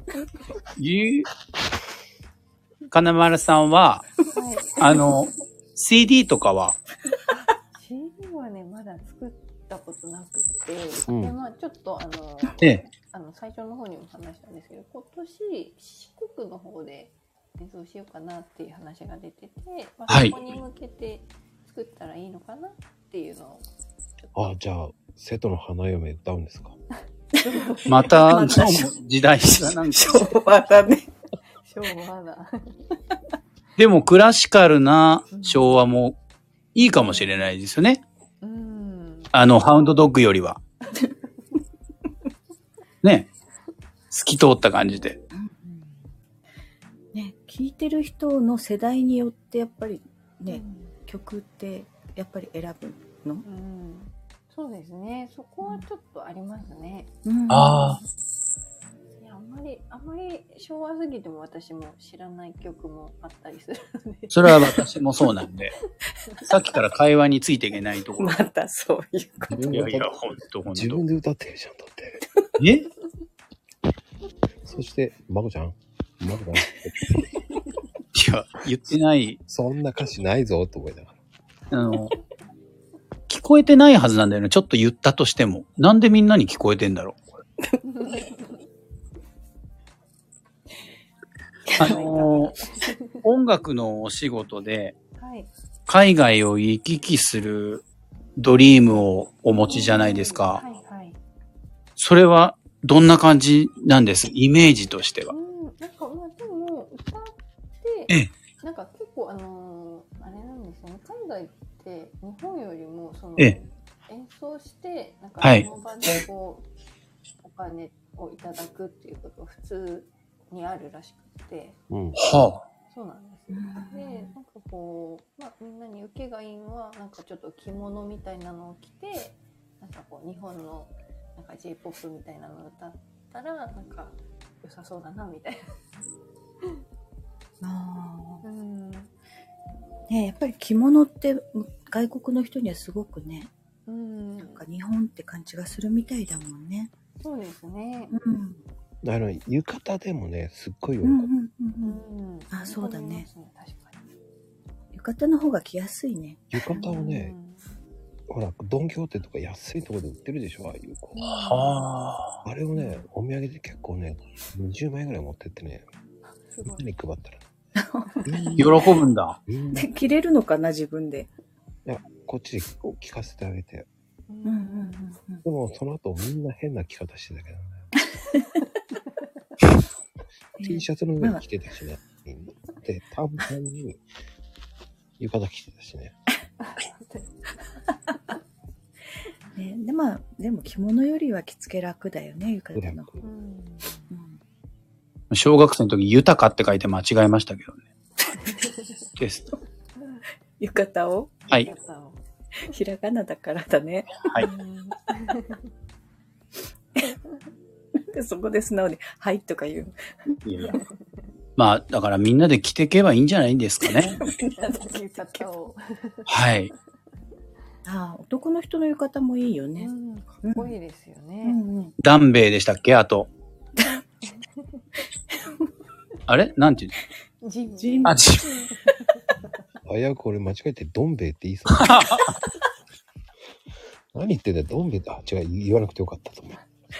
金丸さんは、はい、CD とかは CD はね、まだ作ったことなくて、で、まあちょっと最初の方にも話したんですけど、今年、四国の方で演奏しようかなっていう話が出てて、まあ、そこに向けて作ったらいいのかなっていうのを。 じゃあ、瀬戸の花嫁歌うんですか？ また、時代がなんか昭和だね。 昭和だ。 でもクラシカルな昭和もいいかもしれないですよね。ハウンドドッグよりは。ね。透き通った感じで。 ね、聴いてる人の世代によってやっぱりね、曲ってやっぱり選ぶの？ そうですね。そこはちょっとありますね。 ああ。 あんまり昭和すぎても私も知らない曲もあったりするので。それは私もそうなんで。さっきから会話についていけないところ。 またそういうこと。 いやいや、ほんと。 自分で歌ってるじゃん、だって。そして、まこちゃん。いや、 言ってない。 そんな歌詞ないぞ、と思いながら。 聞こえてないはずなんだよね。ちょっと言ったとしても。なんでみんなに聞こえてんだろう。音楽のお仕事で、海外を行き来するドリームをお持ちじゃないですか。それはどんな感じなんです？イメージとしては。 なんかまあでも歌って、なんか結構あれなんですよね。海外って日本よりも演奏してなんかその場でこうお金をいただくっていうことが普通にあるらしくて、 はあ。 そうなんですよ。で、なんかこう、みんなに受けがいいのは、なんかちょっと着物みたいなのを着て、なんかこう、日本のなんか J-POP みたいなのを歌ったら、なんか良さそうだな、みたいな。 ね、やっぱり着物って外国の人にはすごくね、なんか日本って感じがするみたいだもんね。 そうですね。 浴衣でもね、すっごい喜ぶ。 あ、そうだね。確かに。浴衣の方が着やすいね。 浴衣をね、ほら、ドン・キホーテとか安いところで売ってるでしょ、ああいう子。 はあれをね、お土産で結構ね、20枚ぐらい持ってってね、みんなに配ったら。 喜ぶんだ。 で、着れるのかな、自分で。 いや、こっちで聞かせてあげて。でも、その後みんな変な着方してたけどね。T シャツの上に着てたしね。で、短パンに浴衣着てたしね。 ね、でも着物よりは着付け楽だよね、浴衣の。 小学生の時、豊かって書いて間違えましたけどね。テスト。 浴衣を？ はい。 ひらがなだからだね。 はい。 そこで素直に、はいとか言う。 いやいや。まあ、だからみんなで着てけばいいんじゃないんですかね。はい。 ああ、男の人の浴衣もいいよね。 かっこいいですよね。 ダンベイでしたっけ？あと。あれなんていうの？ ジン。 あ、ジン。 危うく俺間違えてドンベイって言いそう。何言ってんだよ、ドンベイって。あ、違う、言わなくてよかったと思う。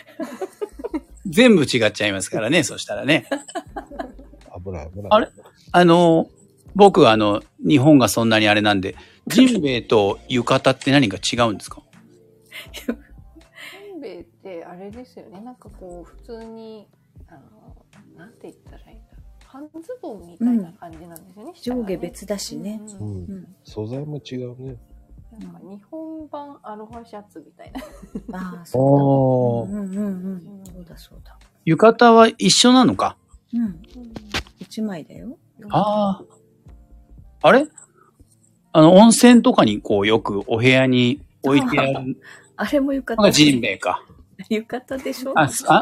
全部違っちゃいますからね、そしたらね。 危ない。 あれ僕は日本がそんなにあれなんで、ジンベイと浴衣って何か違うんですか？ ジンベイってあれですよね。なんかこう、普通に、なんて言ったらいいんだろう。半ズボンみたいな感じなんですよね。 上下別だしね。 素材も違うね。 なんか日本版アロハシャツみたいな。 ああ、そうだ。そうだそうだ。 浴衣は一緒なのか。 一枚だよ。 ああ。あれ温泉とかにこうよくお部屋に置いてある。 あれも浴衣。 ジンベイか。 浴衣でしょ？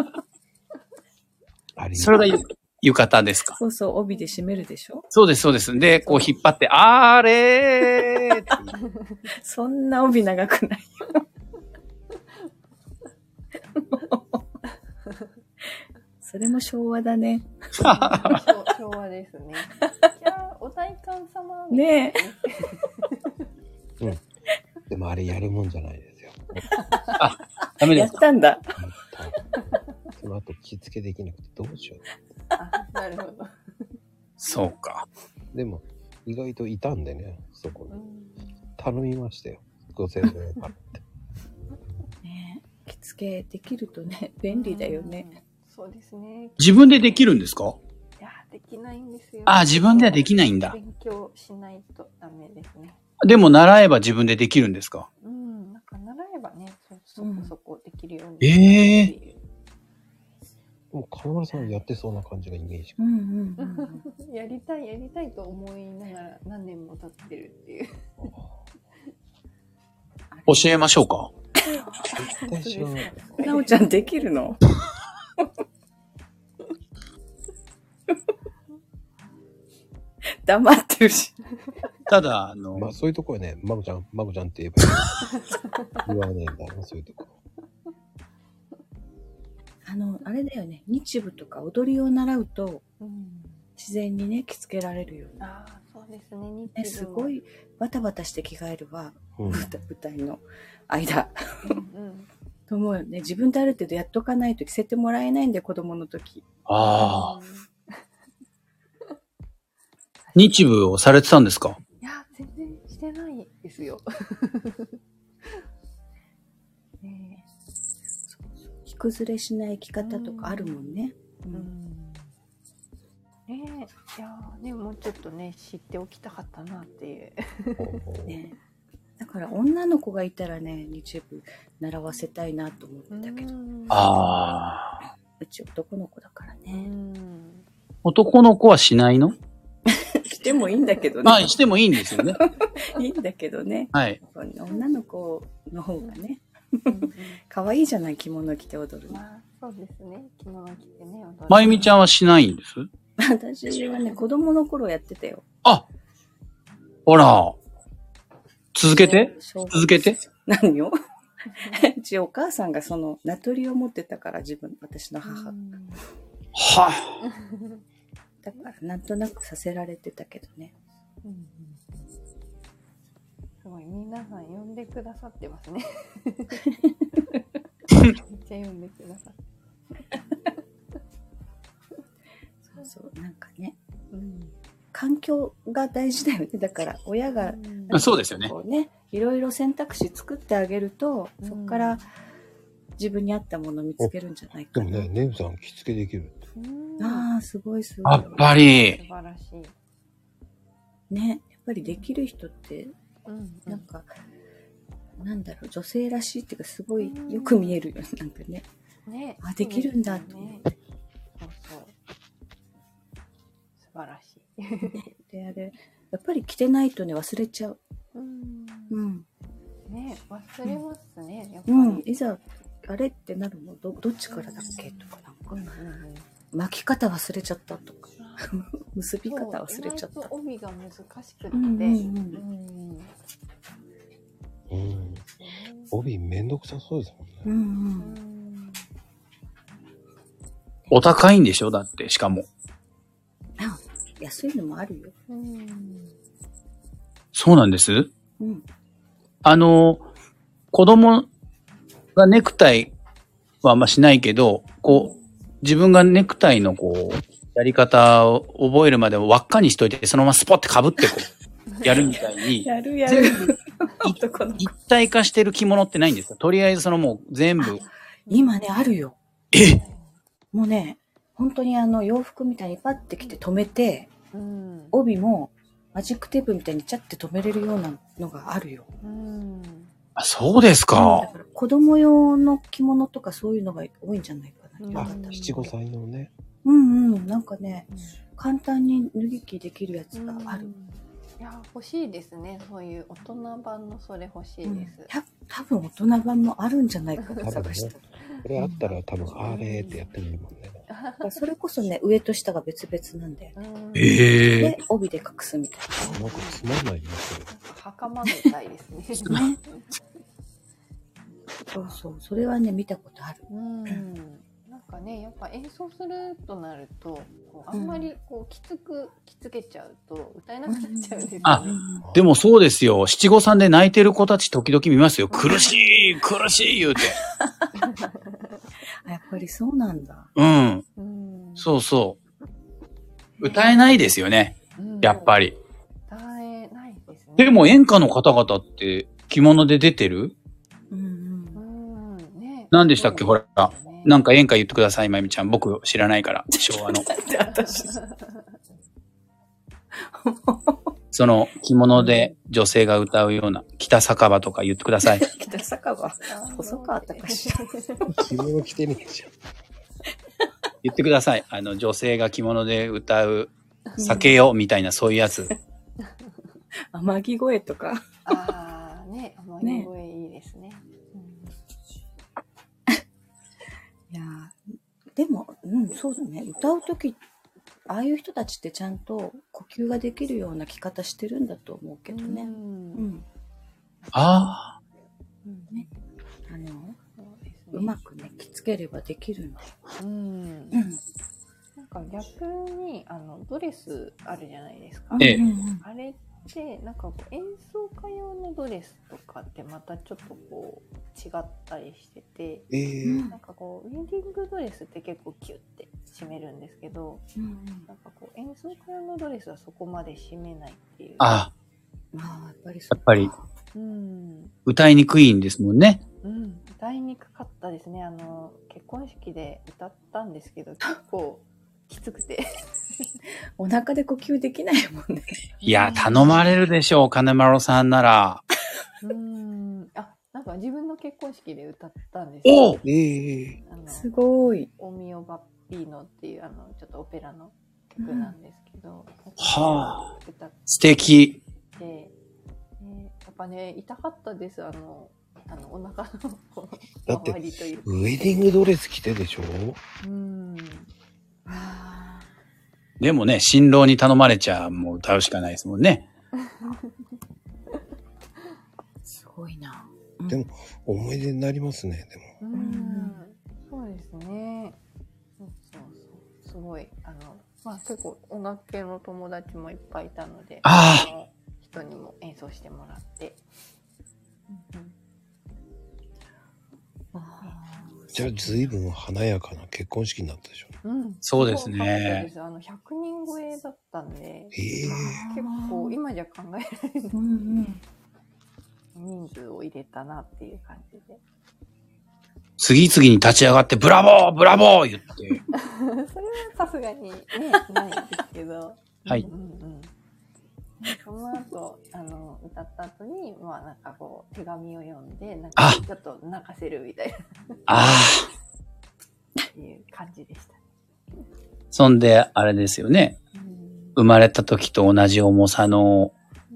それが浴衣ですか？ そうそう、帯で締めるでしょ？ そうです、そうです。で、こう引っ張って、あれーそんな帯長くないよ。それも昭和だね。 昭和ですね。いやお代官様ねえ。でもあれやるもんじゃないですよ。 あ、ダメですか？ やったんだ。 その後着付けできなくてどうしよう。 なるほど。 そうか。 でも意外といたんでね、そこに。頼みましたよ。5000円払って。 ね、着付けできるとね、便利だよね。 そうですね。 自分でできるんですか？ いや、できないんですよ。 あ、自分ではできないんだ。 勉強しないとダメですね。 でも習えば自分でできるんですか？ なんか習えばね、そこそこできるように。 もう金丸さんやってそうな感じがイメージ。 やりたいと思いながら何年も経ってるっていう。 教えましょうか？ 絶対知らない。 なおちゃんできるの？黙ってるし。 ただ、 まあそういうとこはね、まこちゃんって言えばいい。言わねえんだな、そういうとこ。 あれだよね。日舞とか踊りを習うと、自然にね、着付けられるよ。 ああ、そうですね。 日舞すごいバタバタして着替えるわ。舞台の間。と思うよね。自分である程度やっとかないと着せてもらえないんで、子供の時。 ああ。日舞をされてたんですか？ いや、全然してないですよ。 着崩れしない着方とかあるもんね。 いやね、もうちょっとね、知っておきたかったなっていう。 ね、だから女の子がいたらね、日舞習わせたいなと思ったけど。 ああ。 うち男の子だからね。 男の子はしないの？ してもいいんだけどね。 あ、してもいいんですよね。 いいんだけどね。 はい。 女の子の方がね。可愛いじゃない、着物着て踊るの。 そうですね。着物着てね、踊る。 まゆみちゃんはしないんです？ 私はね、子供の頃やってたよ。 あ、ほら。続けて続けて。 何をうちお母さんがその名取りを持ってたから、私の母。 はだからなんとなくさせられてたけどね。 すごい、皆さん呼んでくださってますね。めっちゃ呼んでくださって。 そう、なんかね、環境が大事だよね。だから親が、 そうですよね。 いろいろ選択肢作ってあげると、そこから自分に合ったものを見つけるんじゃないかな。 でもね、ネブさん着付けできるって。 ああ、すごいすごい。 やっぱり。 素晴らしい。 ね、やっぱりできる人って、なんか、なんだろう、女性らしいっていうか、すごいよく見えるよ。なんかね。 ね、 あ、できるんだと思って。 そうそう。素晴らしい。 で、あれ、やっぱり着てないとね、忘れちゃう。 ね、忘れますね、やっぱり。 いざ、あれってなるの、どっちからだっけとか、なんか、巻き方忘れちゃったとか、結び方忘れちゃった。 帯が難しくて。 帯めんどくさそうですもんね。 お高いんでしょ？だって、しかも。 あ、安いのもあるよ。 そうなんです？子供がネクタイはあんましないけど、こう、自分がネクタイのこう、やり方を覚えるまで輪っかにしといて、そのままスポッて被ってこう、やるみたいに。 やる。 一体化してる着物ってないんですか？とりあえずもう全部。 今ね、あるよ。もうね、本当に洋服みたいにパッて着て留めて、帯もマジックテープみたいにチャッて留めれるようなのがあるよ。 あ、そうですか。 だから子供用の着物とかそういうのが多いんじゃないかな。 七五歳のね。 なんかね、簡単に脱ぎ着できるやつがある。 いや、欲しいですね。そういう大人版のそれ欲しいです。 多分大人版もあるんじゃないかな、探したら。 これあったら多分あれってやってもいいもんね。 それこそね、上と下が別々なんだよね。で、帯で隠すみたいな。 なんかつまんないね、それ。 袴みたいですね。 そう、それはね、見たことある。 なんかね、やっぱ演奏するとなると、あんまりこうきつけちゃうと歌えなくなっちゃうんですよね。 でもそうですよ。七五三で泣いてる子たち時々見ますよ。苦しい言うて。 やっぱりそうなんだ。 そうそう。歌えないですよね。やっぱり。 歌えないですね。 でも演歌の方々って着物で出てる？何でしたっけ？ほら。なんか演歌言ってください、まゆみちゃん。僕知らないから。昭和の。その着物で女性が歌うような北酒場とか言ってください。 北酒場細川隆着物着てねえじゃん。 言ってください。女性が着物で歌う酒よみたいなそういうやつ。 天城声とか。 ああ、ね、天城声いいですね。 いやでも、そうだね。歌うとき、ああいう人たちってちゃんと呼吸ができるような着方してるんだと思うけどね。 ああ。 ね、うまくね、着付ければできるの。 なんか逆に、ドレスあるじゃないですか。あれってなんか演奏家用のドレスとかってまたちょっとこう違ったりしてて、なんかこうウェディングドレスって結構キュッて締めるんですけど、なんかこう演奏家用のドレスはそこまで締めないっていう。 やっぱり、歌いにくいんですもんね。 歌いにくかったですね。結婚式で歌ったんですけど結構きつくてお腹で呼吸できないもんね。 いや、頼まれるでしょう、金丸さんなら。 なんなんか自分の結婚式で歌ったんですよ。 すごい。 オミオバッピーノっていうちょっとオペラの曲なんですけど。 はあ。素敵。 で、やっぱね、痛かったです。お腹のだって周りというか。 ウェディングドレス着てでしょ。 でもね、新郎に頼まれちゃもう歌うしかないですもんね。 すごいな。 でも思い出になりますね。でも。 そうですね。そうすごいまあ結構音楽系の友達もいっぱいいたので、人にも演奏してもらって。 じゃあ随分華やかな結婚式になったでしょ。 そうですね。 100人超えだったんで、結構今じゃ考えられない人数を入れたなっていう感じで。 次々に立ち上がってブラボーブラボー言って。 それはさすがにね、ないんですけど。 はい。 その後、歌った後に、まあなんかこう、手紙を読んで、なんかちょっと泣かせるみたいな。っていう感じでした。 そんで、あれですよね。生まれた時と同じ重さの。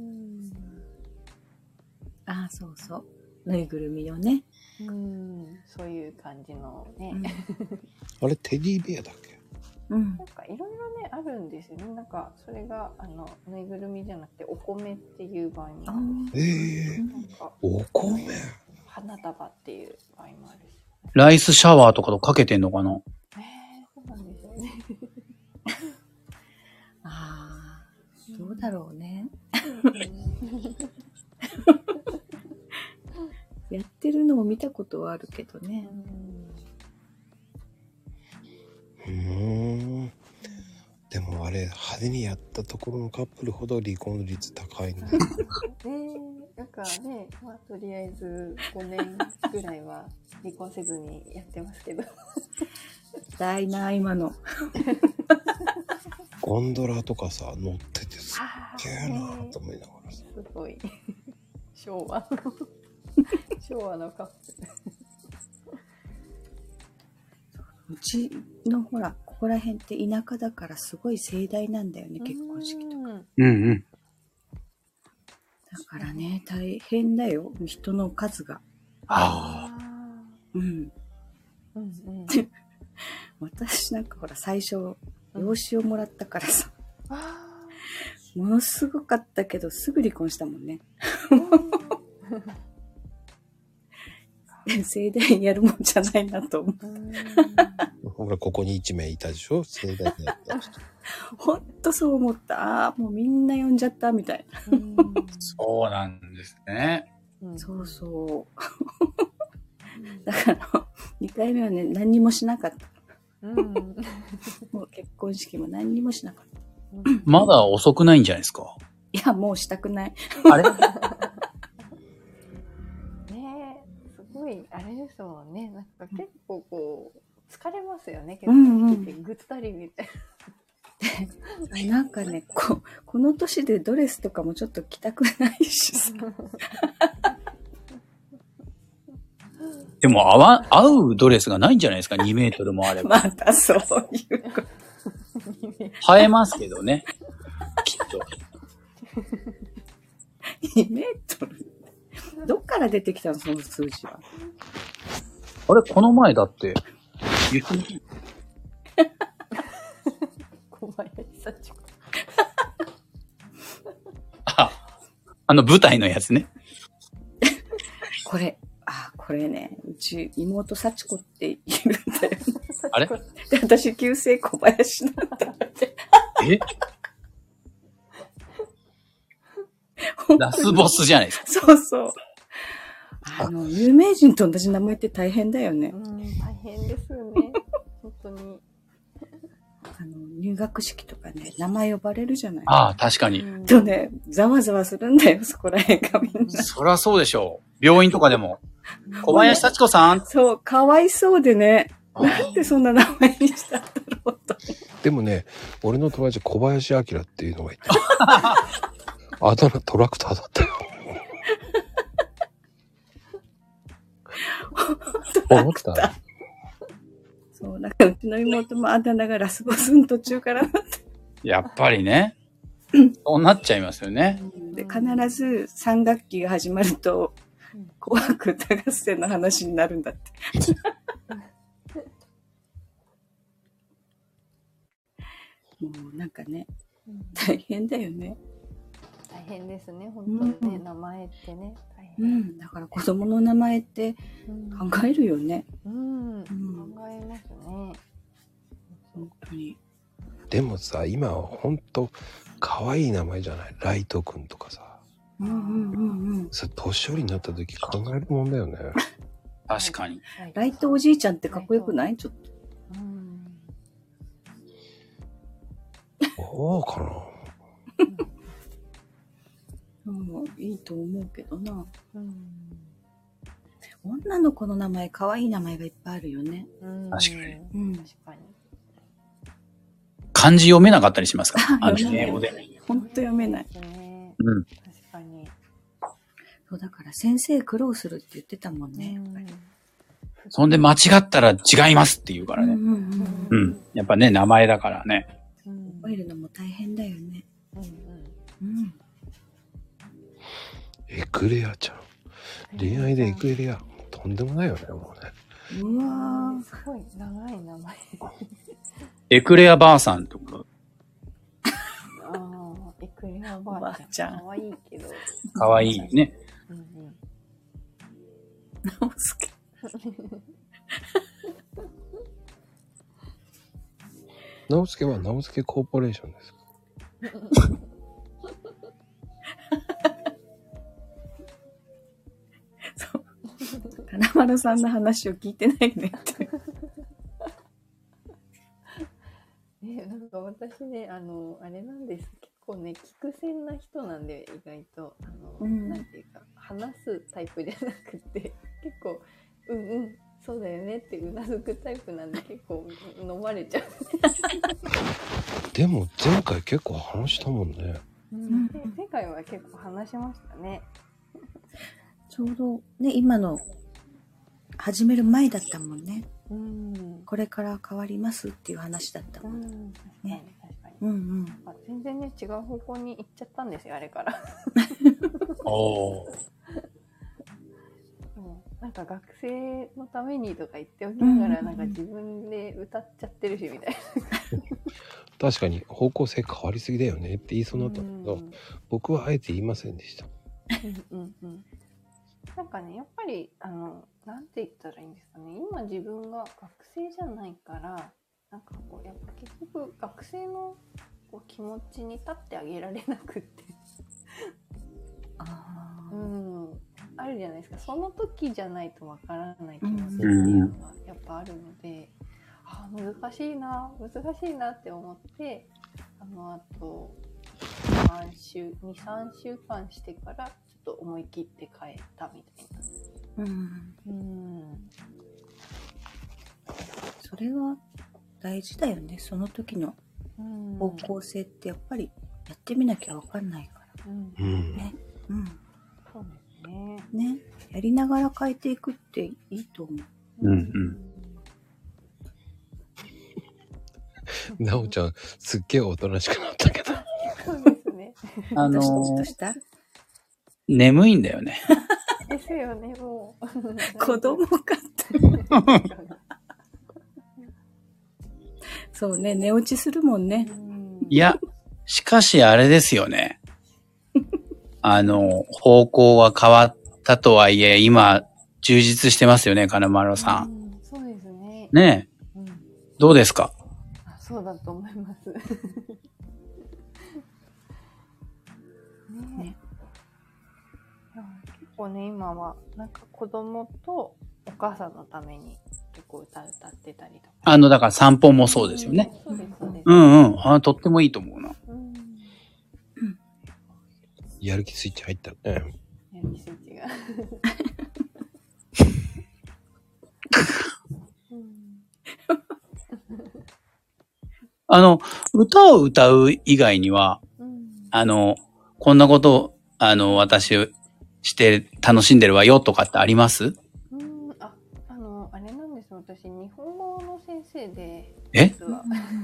そうそう。ぬいぐるみをね。 そういう感じのね。 あれ、テディベアだっけ？ なんかいろいろね、あるんですよね。なんか、それが、ぬいぐるみじゃなくて、お米っていう場合もあるし。 お米？ 花束っていう場合もあるし。 ライスシャワーとかとかけてんのかな？ そうなんですよね。 どうだろうね。やってるのを見たことはあるけどね。 でもあれ派手にやったところのカップルほど離婚率高いんだ。 なんかね、まあとりあえず5年ぐらいは離婚せずにやってますけど。 痛いな今の。 ゴンドラとかさ乗っててすっげえなと思いながらさ。 すごい昭和のカップル。 うちのほらここら辺って田舎だからすごい盛大なんだよね、結婚式とか。だからね、大変だよ、人の数が。私なんかほら最初養子をもらったからさ、ものすごかったけどすぐ離婚したもんね。盛大にやるもんじゃないなと思う。 ほらここに1名いたでしょ、盛大にやった人。 ほんとそう思った。もうみんな呼んじゃったみたいな。 そうなんですね。 そうそう。だから2回目はね、何にもしなかった。もう結婚式も何にもしなかった。 まだ遅くないんじゃないですか？ いや、もうしたくない。 あれ？ ねえ、すごい、あれですもんね。なんか結構こう、疲れますよね。結婚式ってぐったりみたいな。なんかね、この年でドレスとかもちょっと着たくないしさ。 でも合うドレスがないんじゃないですか？2メートルもあれば。 またそういうこと。 生えますけどね。きっと。 2メートル？どっから出てきたのその数字は。 あれこの前だって、言ってみて。 小林幸子。 舞台のやつね。 これね、うち妹幸子っているんだよ。 あれ？ で、私旧姓小林なんだって。 え？ラスボスじゃないですか。 そうそう。有名人と同じ名前って大変だよね。 大変ですよね。本当に。 入学式とかね、名前呼ばれるじゃない。 確かに。 とね、ざわざわするんだよ、そこら辺がみんな。 そりゃそうでしょう。病院とかでも。小林幸子さん？ そう、かわいそうでね。なんでそんな名前にしたんだろうと。 でもね、俺の友達小林明っていうのがいて。あだ名トラクターだったよ。 思った。 そう、だからうちの妹もあだ名がラスボスの途中からなって。 やっぱりね。そうなっちゃいますよね。 で、必ず3学期が始まると、紅白歌合戦の話になるんだって。もうなんかね、大変だよね。 大変ですね、本当にね、名前ってね、大変。だから子供の名前って考えるよね。 考えますね。 本当に。 でもさ、今は本当可愛い名前じゃない？ライトくんとかさ。それ年寄りになった時考えるもんだよね。 確かに。 ライトおじいちゃんってかっこよくない？ちょっと。 そうかな。 いいと思うけどな。女の子の名前、可愛い名前がいっぱいあるよね。 確かに。 確かに。 漢字読めなかったりしますか？英語で。 本当読めない。 確かに。 そうだから先生苦労するって言ってたもんね。 そんで間違ったら違いますって言うからね。やっぱね、名前だからね。 覚えるのも大変だよね。 エクレアちゃん。恋愛でエクレア。とんでもないよね、もうね。 うわー、すごい長い名前。 エクレアばあさんとか。 エクレアばあちゃん。かわいいけど。 かわいいね。 直輔。 直輔は直輔コーポレーションです。 そう。金丸さんの話を聞いてないねって。 なんか私ね、あれなんです。結構ね、聞く専な人なんで、意外と、なんていうか、話すタイプじゃなくて、結構、そうだよねってうなずくタイプなんで、結構飲まれちゃう。 でも前回結構話したもんね。 前回は結構話しましたね。 ちょうどね、今の始める前だったもんね。これから変わりますっていう話だったもん。 確かに。全然ね、違う方向に行っちゃったんですよ、あれから。なんか学生のためにとか言っておきながら、なんか自分で歌っちゃってるしみたいな。 確かに方向性変わりすぎだよねって言いそうになったんだけど、僕はあえて言いませんでした。 なんかね、やっぱりなんて言ったらいいんですかね。今自分が学生じゃないから、なんかこうやっぱ結局学生のこう気持ちに立ってあげられなくって。あるじゃないですか。その時じゃないとわからない気持ちっていうのがやっぱあるので、難しいなって思って、あと2、3週間してからちょっと思い切って変えたみたいな。 それは大事だよね。その時の方向性ってやっぱりやってみなきゃわかんないから。ね。 そうですね。 ね。やりながら変えていくっていいと思う。 なおちゃん、すっげえおとなしくなったけど。 そうですね。 どうした？ 眠いんだよね。 ですよね、もう。 子供かって。そうね、寝落ちするもんね。 いや、しかしあれですよね。方向は変わったとはいえ、今、充実してますよね、金丸さん。 そうですね。 ねえ。どうですか？ そうだと思います。ね。結構ね、今は、なんか子供とお母さんのために結構歌ってたりとか。 だから散歩もそうですよね。 そうです。 とってもいいと思うな。 やる気スイッチ入ったね。 やる気スイッチが。 歌を歌う以外には、こんなこと、私して楽しんでるわよとかってあります？ あれ私、日本語の先生で、 実は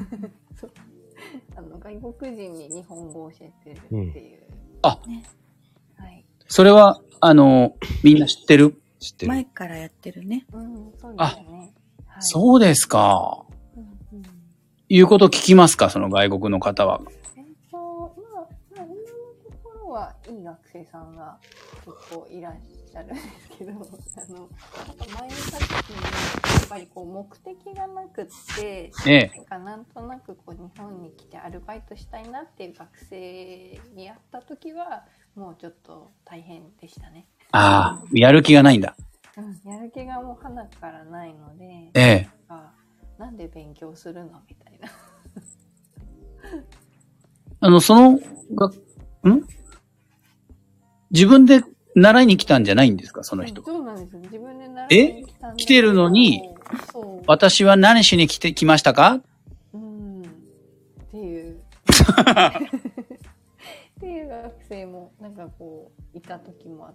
外国人に日本語を教えてるっていう。 あ、 ね、はい。 それは、みんな知ってる？ 知ってる。 前からやってるね。 うん、そうですね。 はい、そうですか。いうこと聞きますか、その外国の方は。 今のところはいい学生さんが結構いらっしゃるんですけど、なんか前の時にやっぱりこう目的がなくって、なんとなくこう日本に来てアルバイトしたいなっていう学生に会った時はもうちょっと大変でしたね。 ああ、やる気がないんだ。 うん、やる気がもう鼻からないので、なんで勉強するのみたいな。 自分で習いに来たんじゃないんですか、その人。 そうなんです。自分で習いに来たんです。 来てるのに、私は何しに来ましたか？ っていう。っていう学生もなんかこういた時もあって、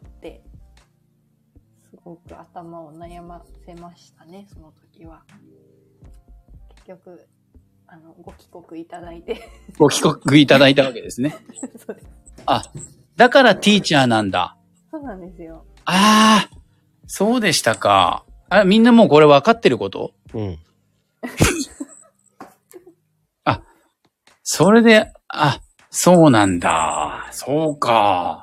すごく頭を悩ませましたね、その時は。結局ご帰国いただいてご帰国いただいたわけですね。 そうです。 あ、だからティーチャーなんだ。 そうなんですよ。 ああ、そうでしたか。みんなもうこれ分かってること？うん。あ、それで、そうなんだ。そうか。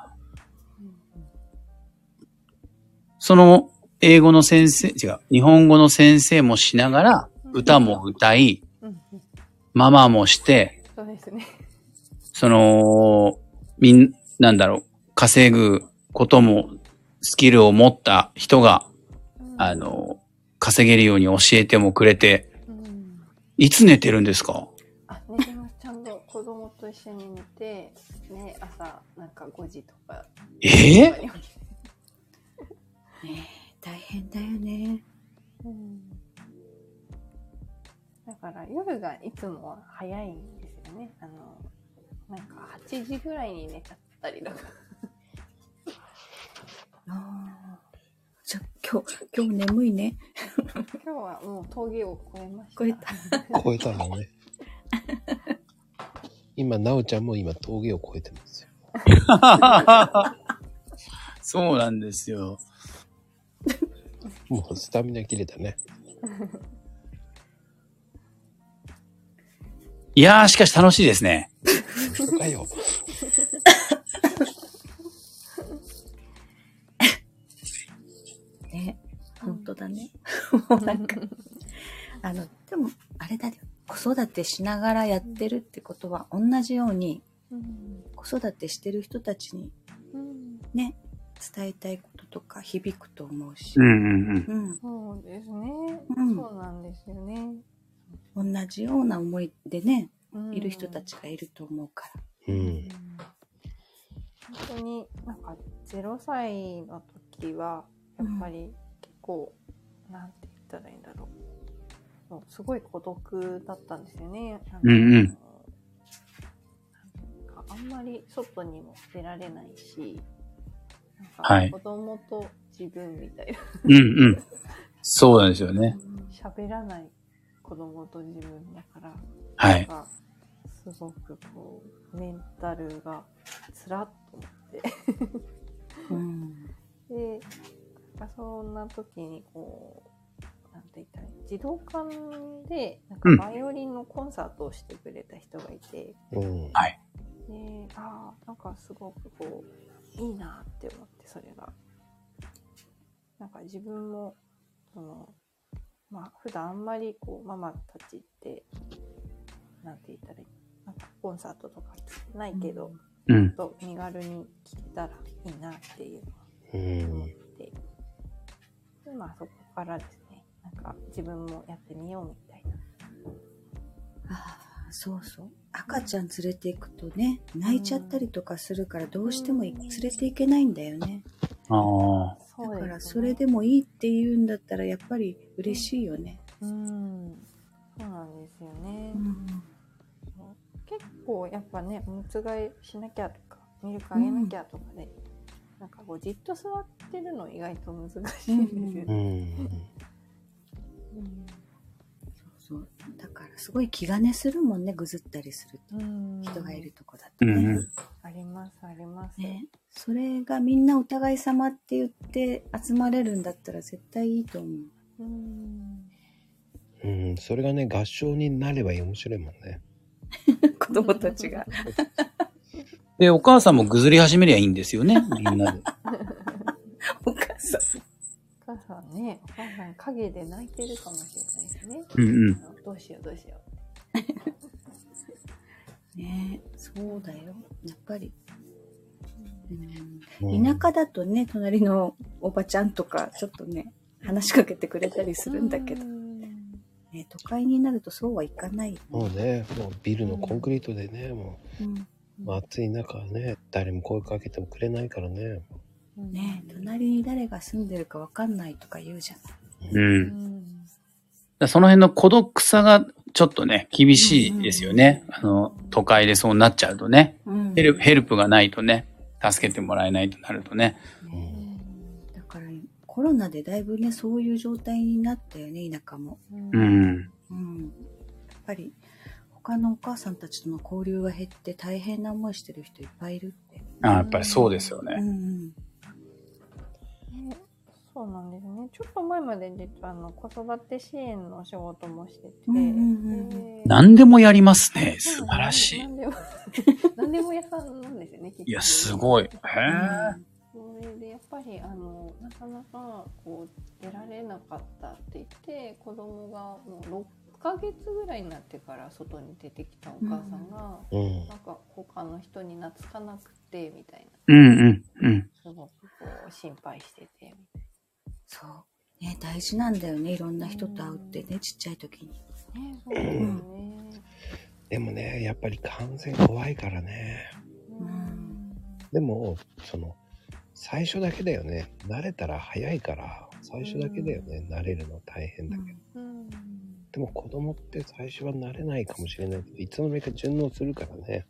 その英語の先生、日本語の先生もしながら歌も歌い、ママもして、 そうですね。 なんだろう、稼ぐこともスキルを持った人が、稼げるように教えてもくれて、いつ寝てるんですか？ 寝てます。ちゃんと子供と一緒に寝て、ね、朝なんか5時とか。 大変だよね。 だから夜がいつもは早いんですよね。なんか8時ぐらいに寝ちゃったりとか。 じゃあ今日眠いね。 今日はもう峠を越えました。 越えたのね。今、なおちゃんも今峠を越えてますよ。 そうなんですよ。 もうスタミナ切れたね。 いやー、しかし楽しいですね。 そうかよ。 ね、本当だね。もうなんかでもあれだよ。子育てしながらやってるってことは同じように、子育てしてる人たちにね、伝えたいこととか響くと思うし。 そうですね。そうなんですよね。 同じような思いでね、いる人たちがいると思うから。 本当になんか0歳の時はやっぱり結構、なんて言ったらいいんだろう。もうすごい孤独だったんですよね。あんまり外にも出られないし、なんか子供と自分みたいな。 そうなんですよね。 喋らない子供と自分だから、 はい。 すごくこうメンタルがつらっと思って、で、そんな時にこうなんて言ったら児童館でなんかバイオリンのコンサートをしてくれた人がいて、 はい。 で、なんかすごくこういいなって思って、それがなんか自分も普段あんまりこうママたちってなんて言ったらいい、なんかコンサートとかないけど、ちょっと身軽に聴けたらいいなっていうのを思って、でそこからですね、なんか自分もやってみようみたいな。 そうそう。赤ちゃん連れていくとね、泣いちゃったりとかするからどうしても連れていけないんだよね。だからそれでもいいって言うんだったらやっぱり嬉しいよね。 そうなんですよね。結構やっぱね、おむつ替えしなきゃとかミルクあげなきゃとかで、なんかこうじっと座ってるの意外と難しいんですよね。 そう。だからすごい気兼ねするもんね、ぐずったりすると。人がいるとこだとね。 あります、あります。 ね。それがみんなお互い様って言って集まれるんだったら絶対いいと思う。 それがね、合唱になれば面白いもんね。 子供たちが。 で、お母さんもぐずり始めりゃいいんですよね、みんなで。 お母さん。 お母さんね、お母さん影で泣いてるかもしれないですね。どうしようどうしよう。ねえ、そうだよ。やっぱり。田舎だとね、隣のおばちゃんとか、ちょっとね、話しかけてくれたりするんだけど。ね、都会になるとそうはいかない。 もうね、もうビルのコンクリートでね、もう、暑い中ね、誰も声かけてもくれないからね。 ね、隣に誰が住んでるかわかんないとか言うじゃない。 その辺の孤独さがちょっとね、厳しいですよね。都会でそうなっちゃうとね。ヘルプがないとね、助けてもらえないとなるとね。 だからコロナでだいぶね、そういう状態になったよね、田舎も。やっぱり他のお母さんたちとの交流が減って大変な思いしてる人いっぱいいるって。 やっぱりそうですよね。 そうなんですね。ちょっと前まで実は子育て支援の仕事もしてて、 何でもやりますね。素晴らしい。 何でも屋さんなんですよね。 いや、すごい。へえ。 それでやっぱりなかなかこう出られなかったって言って子供がもう6ヶ月ぐらいになってから外に出てきたお母さんが、なんか他の人に懐かなくてみたいな。すごくこう心配しててみたいな。 そうね、大事なんだよね、いろんな人と会うってね、ちっちゃい時に。 そうですよね。 でもね、やっぱり感染怖いからね。でも最初だけだよね。慣れたら早いから最初だけだよね。慣れるの大変だけど。でも子供って最初は慣れないかもしれないけど、いつの間にか順応するからね。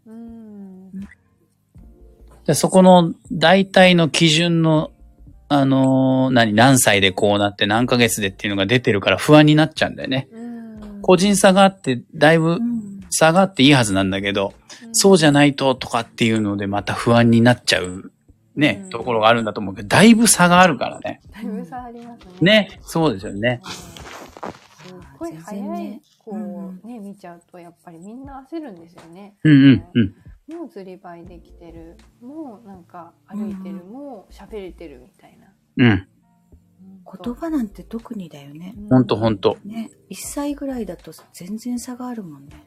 でそこの大体の基準の何歳でこうなって何ヶ月でっていうのが出てるから不安になっちゃうんだよね。個人差があって、だいぶ差があっていいはずなんだけど、そうじゃないととかっていうのでまた不安になっちゃうね、ところがあるんだと思うけど、だいぶ差があるからね。 だいぶ差ありますね。 ね、そうですよね。 すごい早いこうね、見ちゃうとやっぱりみんな焦るんですよね。もうずりばいできてる、もうなんか歩いてる、もう喋れてるみたいな。 言葉なんて特にだよね。 ほんと。 ね、1歳ぐらいだと全然差があるもんね。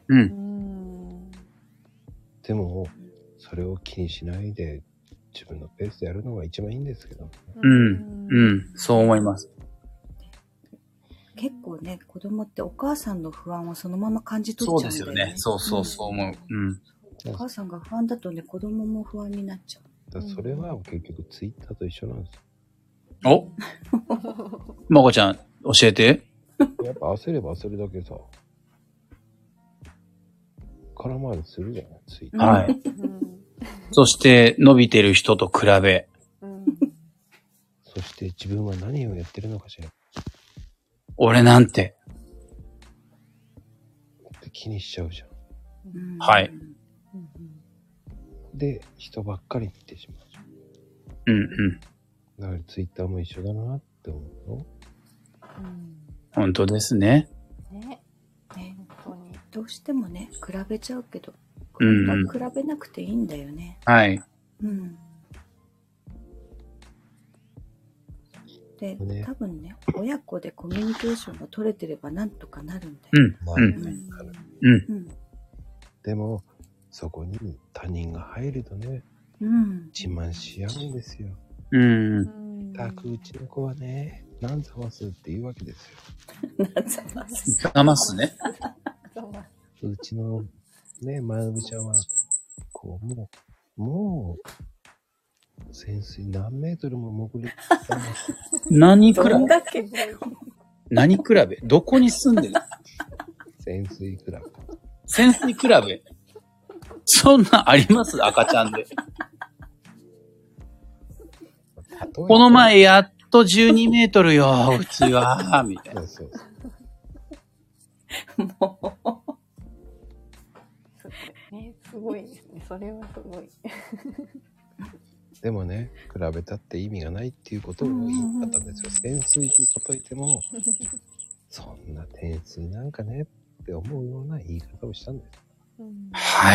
でも、それを気にしないで自分のペースでやるのが一番いいんですけど。 そう思います。 結構ね、子供ってお母さんの不安をそのまま感じ取っちゃうんだよね。 そうですよね。そう思う。 お母さんが不安だとね、子供も不安になっちゃう。 それは結局ツイッターと一緒なんですよ。 おまこちゃん、教えて。 やっぱ焦れば焦るだけさ、空回りするじゃない、ツイッター。 はい。そして、伸びてる人と比べ。 そして自分は何をやってるのかしら。 俺なんて。 って気にしちゃうじゃん。 はい。 で、人ばっかり見てしまうじゃん。だからツイッターも一緒だなって思うの。 本当ですね。 本当に。どうしてもね、比べちゃうけど、比べなくていいんだよね。 はい。 で、多分ね、親子でコミュニケーションが取れてればなんとかなるんだよ。 でも、そこに他人が入るとね、自慢し合うんですよ。たくうちの子はね、なんざますって言うわけですよ。 ざますね。 うちのね、まなぶちゃんは、こう、もう、潜水何メートルも潜り。 何比べどこに住んでる？ 潜水クラブ。 潜水クラブ。そんなあります？赤ちゃんで。この前やっと12メートルよ、うちは、みたいな。 もう。 すごいですね。それはすごい。 でもね、比べたって意味がないっていうことを言い方ですよ。潜水と例えても、そんな潜水なんかねって思うような言い方をしたんです。 はい。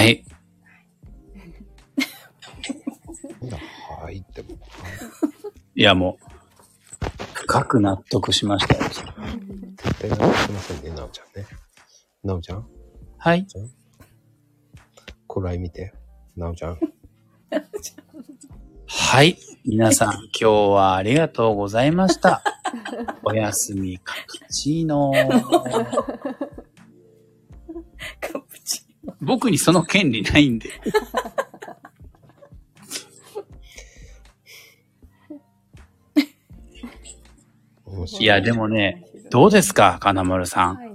なんだ、はいっても。 いや、もう、深く納得しましたよ。 絶対納得しませんね、なおちゃんね。なおちゃんはい。 こらい見て、なおちゃん。 はい。皆さん、今日はありがとうございました。おやすみカプチーノ。 カプチーノ。 僕にその権利ないんで。いや、でもね、どうですか、金丸さん。はい、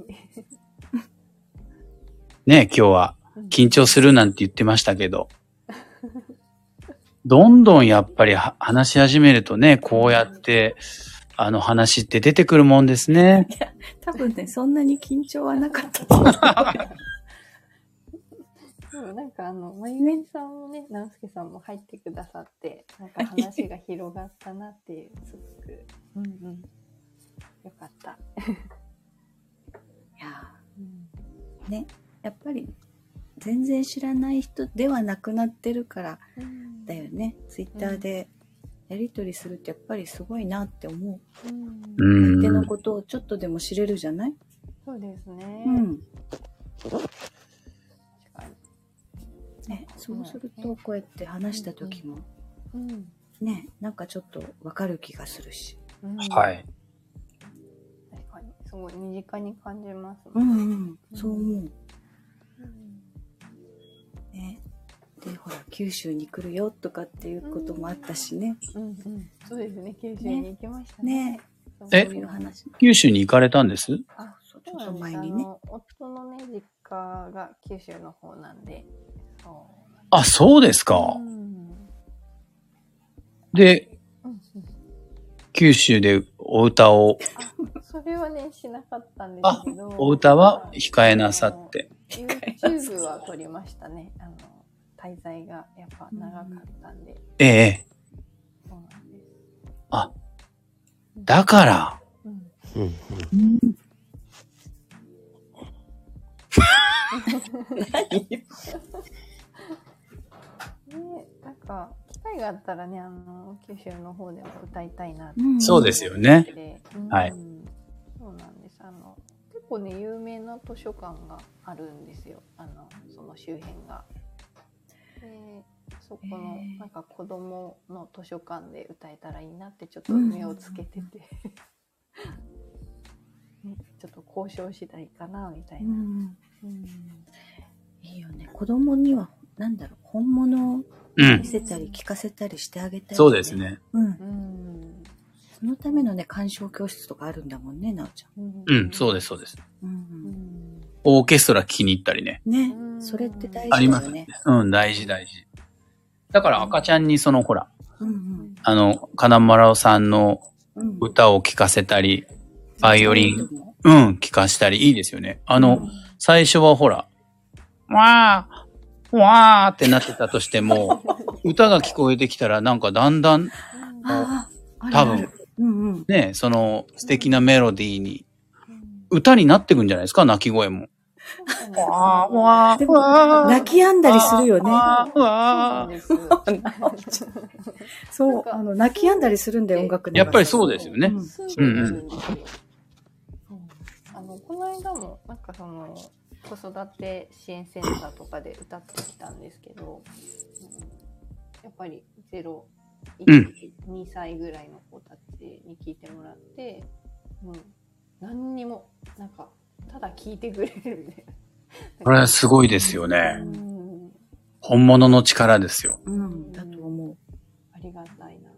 ね、今日は緊張するなんて言ってましたけど、どんどんやっぱり話し始めるとね、こうやって、話って出てくるもんですね。 いや、多分ね、そんなに緊張はなかったと思う。 なんかまゆみさんもね、なおすけさんも入ってくださって、なんか話が広がったなっていう、すごく、よかった。いやね、やっぱり全然知らない人ではなくなってるからだよね。ツイッターでやり取りするってやっぱりすごいなって思う。相手のことをちょっとでも知れるじゃない？ そうですね。 確かに。ね、そうするとこうやって話した時も、ね、なんかちょっとわかる気がするし。 はい。 確かに、すごい身近に感じますね。 そう思う。ね。で、ほら、九州に来るよとかっていうこともあったしね。 そうですね、九州に行きましたね。 そういう話。 九州に行かれたんです？ あ、ちょっと前にね。 夫のね、実家が九州の方なんで。 あ、そうですか。で、九州でお歌を。 それはね、しなかったんですけど。 お歌は控えなさって。 YouTube は撮りましたね。滞在がやっぱ長かったんで。 ええ。 そうなんです。 あ、だから。 なんか機会があったらね、九州の方でも歌いたいなって。 そうですよね。はい。 そうなんです。結構ね、有名な図書館があるんですよ。その周辺が。で、そこのなんか子供の図書館で歌えたらいいなってちょっと目をつけてて、ちょっと交渉したいかなみたいな。 いいよね。子供にはなんだろう、本物を見せたり聞かせたりしてあげたい、ね。 そうですね。 そのためのね、鑑賞教室とかあるんだもんね、なおちゃん。そうです、そうです。オーケストラ聴きに行ったりね。 ね。それって大事だよね。ありますね。 大事大事。だから赤ちゃんにほら、金丸さんの歌を聴かせたり、バイオリン、聴かせたりいいですよね。最初はほら、わーってなってたとしても、歌が聞こえてきたらなんかだんだん、多分、ね、その素敵なメロディーに、歌になってくんじゃないですか、泣き声も。 泣き止んだりするよね。そう、泣き止んだりするんだよ、音楽で。やっぱりそうですよね。 この間も、なんか子育て支援センターとかで歌ってきたんですけど、やっぱり0、1、2歳ぐらいの子たちに聞いてもらって、何にも、なんか、ただ聞いてくれるね。 これはすごいですよね。本物の力ですよ。 だと思う。 ありがたいな。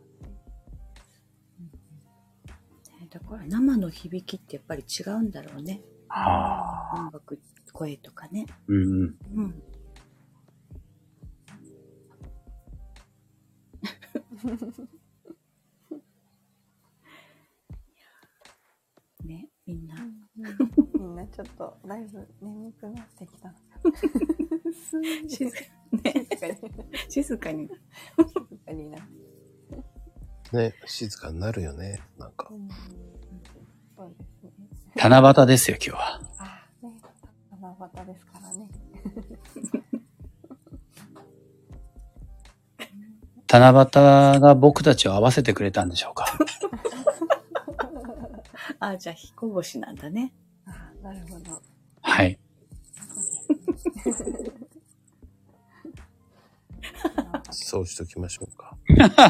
だから生の響きってやっぱり違うんだろうね。音楽、声とかね。ね、みんなな、ちょっとだいぶ眠くなってきた。 静かにな。 ね、静かになるよね、なんか。 そうですね。 七夕ですよ、今日は。 あ、ね、七夕ですからね。 七夕が僕たちを合わせてくれたんでしょうか。 あ、じゃあ彦星なんだね。 あ、なるほど。 はい。 そうしときましょうか。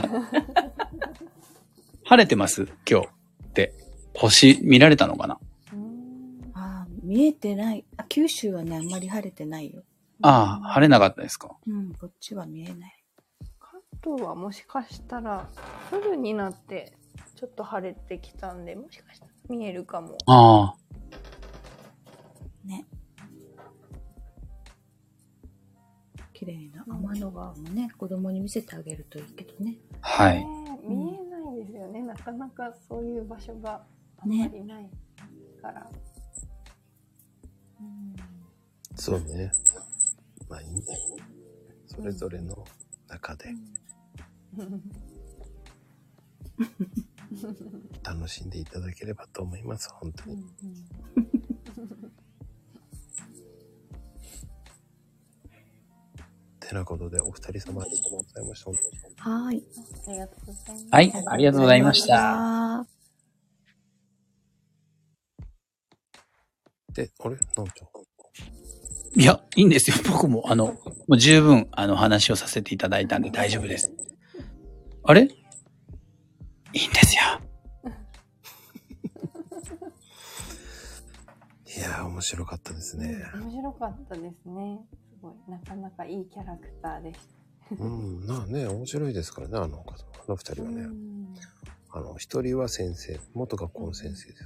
晴れてます今日って。星見られたのかな？ あ、見えてない。あ、九州はね、あんまり晴れてないよ。 ああ、晴れなかったですか？ うん、こっちは見えない。 関東はもしかしたら夜になってちょっと晴れてきたんで、もしかしたら見えるかも。 ああ。 ね。綺麗な天の川もね、子供に見せてあげるといいけどね。 はい。 見えないですよね。なかなかそういう場所があんまりないから。 そうね。まあいいね。それぞれの中で楽しんでいただければと思います、本当に。てなことでお二人様ありがとうございました。 はい。 ありがとうございます。 はい、ありがとうございました。 で、あれなんちゃん。 いや、いいんですよ。僕も、もう十分、話をさせていただいたんで大丈夫です。あれ？いいんですよ。 いやー、面白かったですね。 面白かったですね。すごい、なかなかいいキャラクターでした。 まあね、面白いですからね、あの二人はね。一人は先生、元学校の先生です。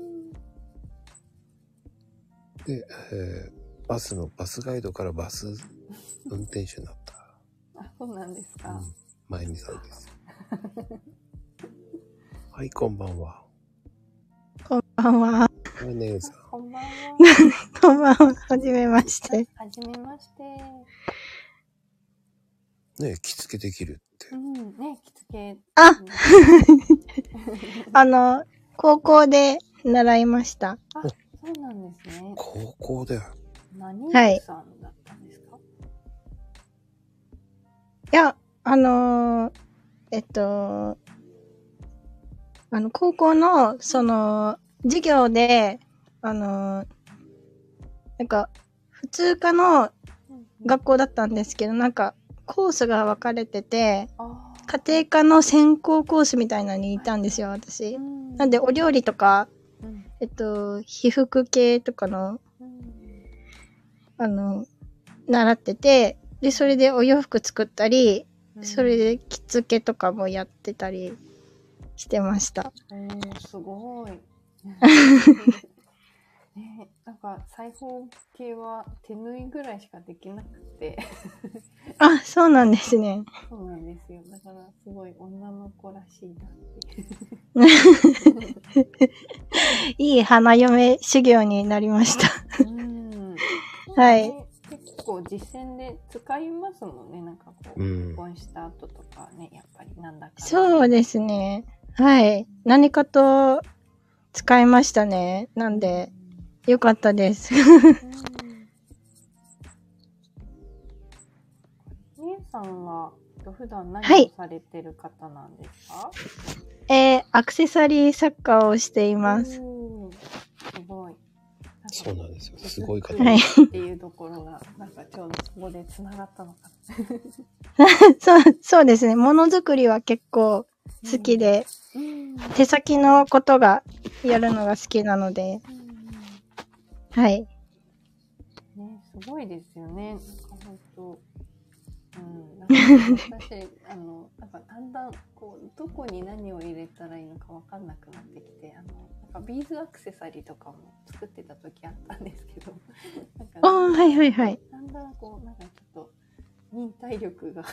で、バスガイドからバス運転手になった。 あ、そうなんですか。 まゆみさんです。はい、こんばんは。 こんばんは。 お姉さん。 こんばんは。 こんばんは。はじめまして。 はじめまして。 ね、着付けできるって。 ね、着付け。 高校で習いました。 あ、そうなんですね。 高校で。 何さんだったんですか？ いや、高校の、授業で、なんか、普通科の学校だったんですけど、なんか、コースが分かれてて、家庭科の専攻コースみたいなのにいたんですよ、私。なんで、お料理とか、被服系とかの、習ってて、で、それでお洋服作ったり、それで着付けとかもやってたりしてました。 すごい。ね、なんか裁縫系は手縫いぐらいしかできなくてあ、そうなんですね。 そうなんですよ。だからすごい女の子らしいなっていい花嫁修行になりました。はい。 結構実践で使いますもんね。なんかこう、結婚した後とかね、やっぱりなんだか。 そうですね。はい。何かと使いましたね。なんで、よかったです。 みえさんは普段何をされてる方なんですか？ アクセサリー作家をしています。 すごい。 そうなんですよ。すごい方。 はい。っていうところが、なんかちょうどそこで繋がったのかな。そうですね。ものづくりは結構好きで、手先のことがやるのが好きなので、はい。 ね、すごいですよね。なんか本当、なんか私、なんかだんだんこうどこに何を入れたらいいのか分かんなくなってきて、なんかビーズアクセサリーとかも作ってた時あったんですけど、なんかはいはいはい。 だんだんこうなんかちょっと忍耐力が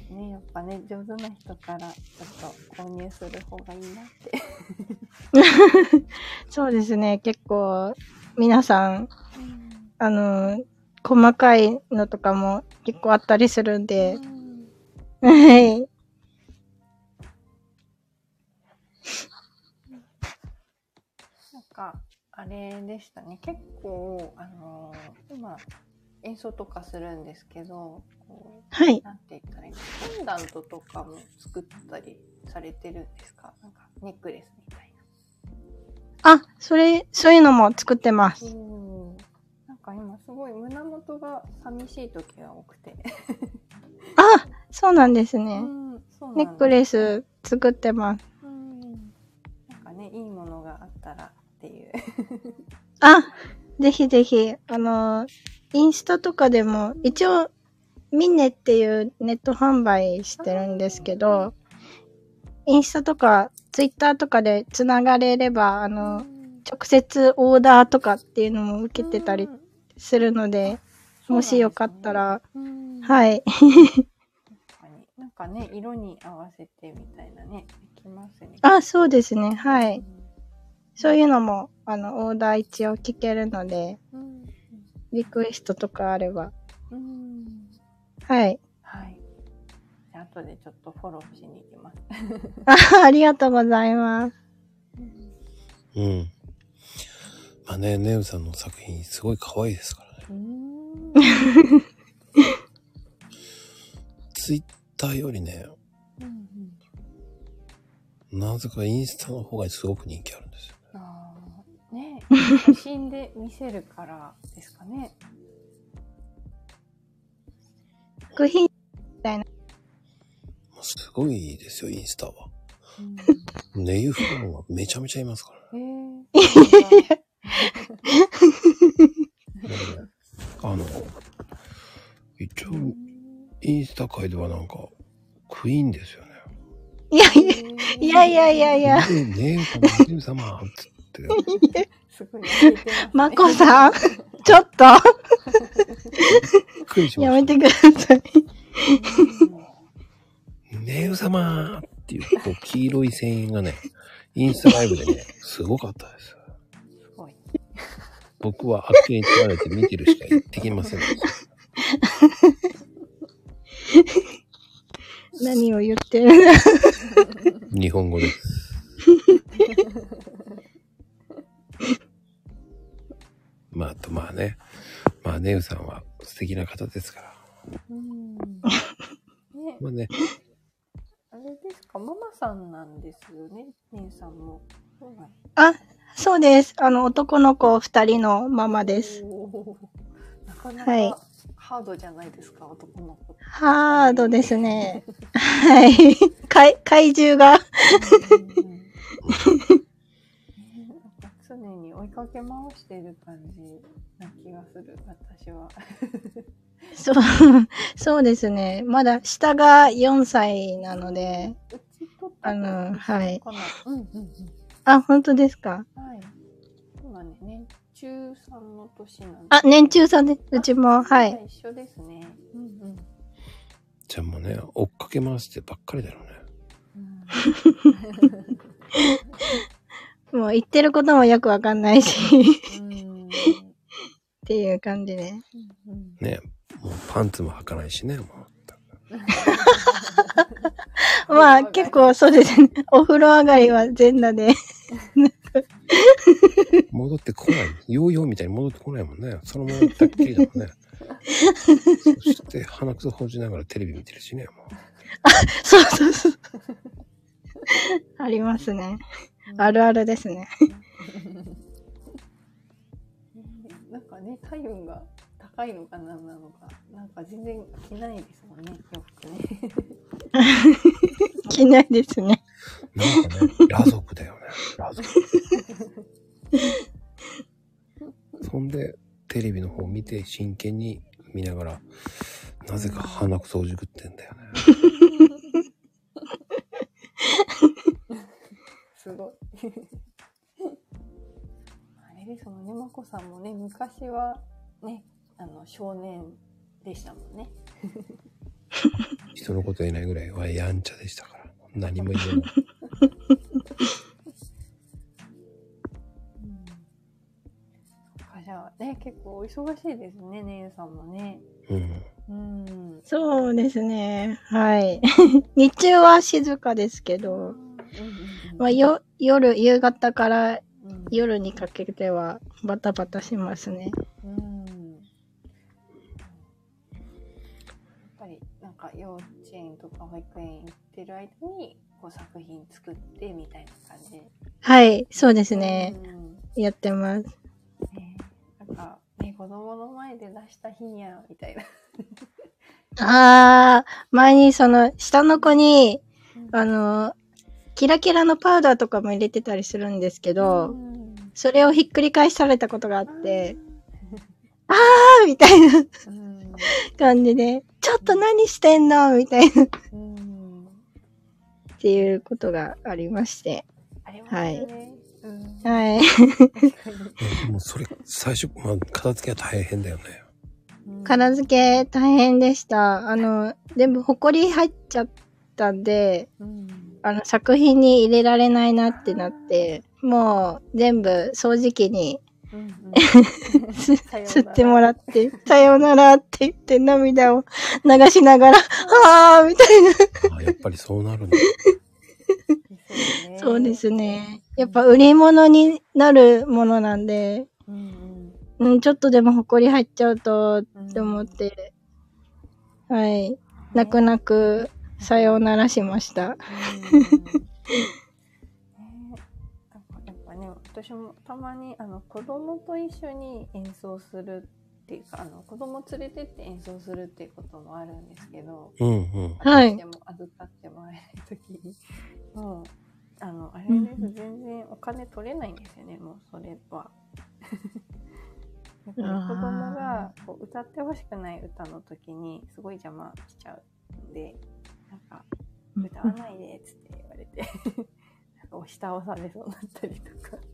ね、やっぱね、上手な人からちょっと購入する方がいいなって。 そうですね、結構、皆さん、細かいのとかも結構あったりするんで、はい。 なんか、あれでしたね、結構、今、演奏とかするんですけど、こう、 はい。 なんて言ったらいいの、ペンダントとかも作ったりされてるんですか？なんか、ネックレスみたいあ、そういうのも作ってます。 なんか今すごい胸元が寂しい時が多くて。 あ、そうなんですね。 そうなんです。 ネックレス作ってます。 なんかね、いいものがあったらっていう。 あ、ぜひぜひ、インスタとかでも、一応、ミネっていうネット販売してるんですけど、インスタとか、ツイッターとかでつながれれば、直接オーダーとかっていうのも受けてたりするので、もしよかったら、はい。 なんかね、色に合わせてみたいなね、できますね。 あ、そうですね。はい。そういうのも、オーダー一応聞けるので、リクエストとかあれば。はい。 はい。じゃあ、後でちょっとフォローしに行きます。 ありがとうございます。 うん。まあね、ネウさんの作品すごい可愛いですからね。ツイッターよりね、なぜかインスタの方がすごく人気あるんですよ。 ね、写真で見せるからですかね。 作品みたいな。 すごいですよ、インスタは。ネユファンはめちゃめちゃいますからね。一応、インスタ界ではなんか、クイーンですよね。 いや。 ネユ様っつって。 すごいまこさん、ちょっとやめてください。 ネユ様っていうこう黄色い声援がね、インスタライブでね、すごかったです。 すごい。 僕はあっけに取られて見てるしかできませんでした。 何を言ってる日本語です。まあね。まあ、ネウさんは素敵な方ですから。 ね、 まあね。 あれですか、ママさんなんですよね、ネウさんも。 あ、そうです。男の子2人のママです。 なかなかハードじゃないですか、男の子。 ハードですね。はい。怪獣が。 常に追いかけ回してる感じな気がする、私は。 そうですね。まだ下が4歳なので、はい。あ、本当ですか？ はい。今ね、年中3の年なんで。 あ、年中さんで、うちも、はい。 一緒ですね。 じゃあもうね、追っかけ回してばっかりだろうね。 もう言ってることもよくわかんないしっていう感じで。 ね、もうパンツも履かないしね、もう。まあ結構そうですね。お風呂上がりは全裸で。 戻ってこない。ヨーヨーみたいに戻ってこないもんね。そのまま行ったっきりだもんね。そして鼻くそほじながらテレビ見てるしね、もう。 あ、そう。ありますね。あるあるですね。 なんかね、体温が高いのか何なのか、なんか全然着ないですもんね、洋服ね。 着ないですね。 なんかね、裸族だよね。裸族。そんで、テレビの方を見て真剣に見ながら、なぜか鼻くそをじくってんだよね。 すごい。あれですもんね、まこさんもね、昔はね、少年でしたもんね。 一人のこと言えないぐらいはやんちゃでしたから、何も言えない。 じゃあね、結構お忙しいですね、姉さんもね。 そうですね。はい。日中は静かですけど、まあ、夕方から夜にかけてはバタバタしますね。 やっぱりなんか幼稚園とか保育園行ってる間にこう作品作ってみたいな感じ。 はい、そうですね。やってます。 なんかね、子供の前で出した日にゃみたいな。 前にその下の子に、キラキラのパウダーとかも入れてたりするんですけど、それをひっくり返されたことがあって、みたいな感じで、ちょっと何してんのみたいな。っていうことがありまして。 はい。 はい。 もうそれ、最初、片付けは大変だよね。 片付け大変でした。全部埃入っちゃったんで、作品に入れられないなってなって、もう全部掃除機に吸ってもらって、さよならって言って涙を流しながら、みたいな。 やっぱりそうなるんだ。 そうですね。やっぱ売り物になるものなんで、ちょっとでも埃入っちゃうとって思って、はい。泣く泣くさようならしました。 やっぱね、私もたまに子供と一緒に演奏するっていうか、子供連れてって演奏するっていうこともあるんですけど、 はい。 でも預かってもらえないときに、もう、あれです、全然お金取れないんですよね、もうそれは。やっぱり子供がこう歌ってほしくない歌の時にすごい邪魔しちゃうんで、なんか歌わないでっつって言われてなんか押し倒されそうになったりとか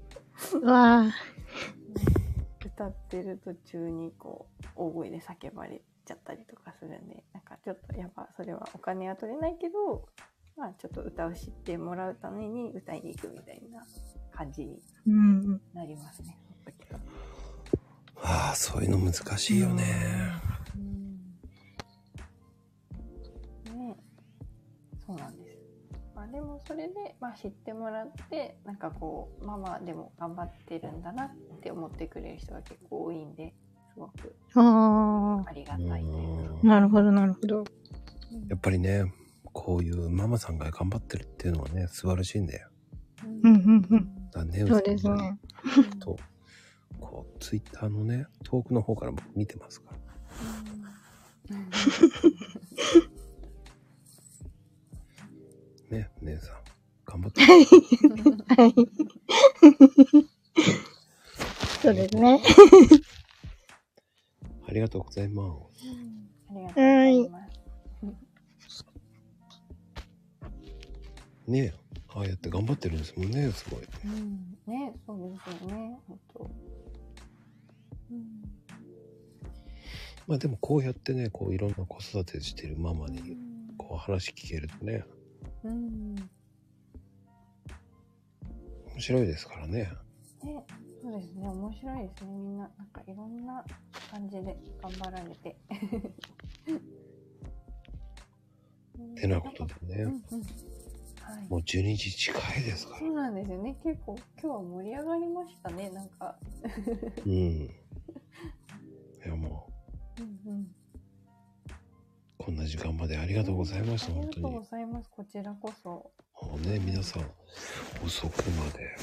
歌ってる途中にこう大声で叫ばれちゃったりとかするんで、なんかちょっとやっぱそれはお金は取れないけど、まあちょっと歌を知ってもらうために歌いに行くみたいな感じになりますね、その時は。 そういうの難しいよね。 ね、そうなんです。でもそれで、知ってもらって、なんかこうママでも頑張ってるんだなって思ってくれる人が結構多いんで、すごくありがたいというか。 なるほどなるほど。 やっぱりね、こういうママさんが頑張ってるっていうのはね、素晴らしいんだよ。だね、 そうですね。 とこうツイッターのね、遠くの方から僕見てますから。ね、姉さん頑張って。 はい。そうですね。 ありがとうございます。 ありがとうございます。 ね、ああやって頑張ってるんですもんね、すごい。 ね、そうですよね、本当。 でもこうやってね、こういろんな子育てしてるママにこう話聞けるとね、面白いですからね。 ね、そうですね、面白いですね。みんななんかいろんな感じで頑張られて。 てなことでね、もう12時近いですから。 そうなんですよね。結構今日は盛り上がりましたね、なんか。 いやもう。こんな時間までありがとうございました。本当に。 ありがとうございます。こちらこそ。 ね、皆さん遅くまで。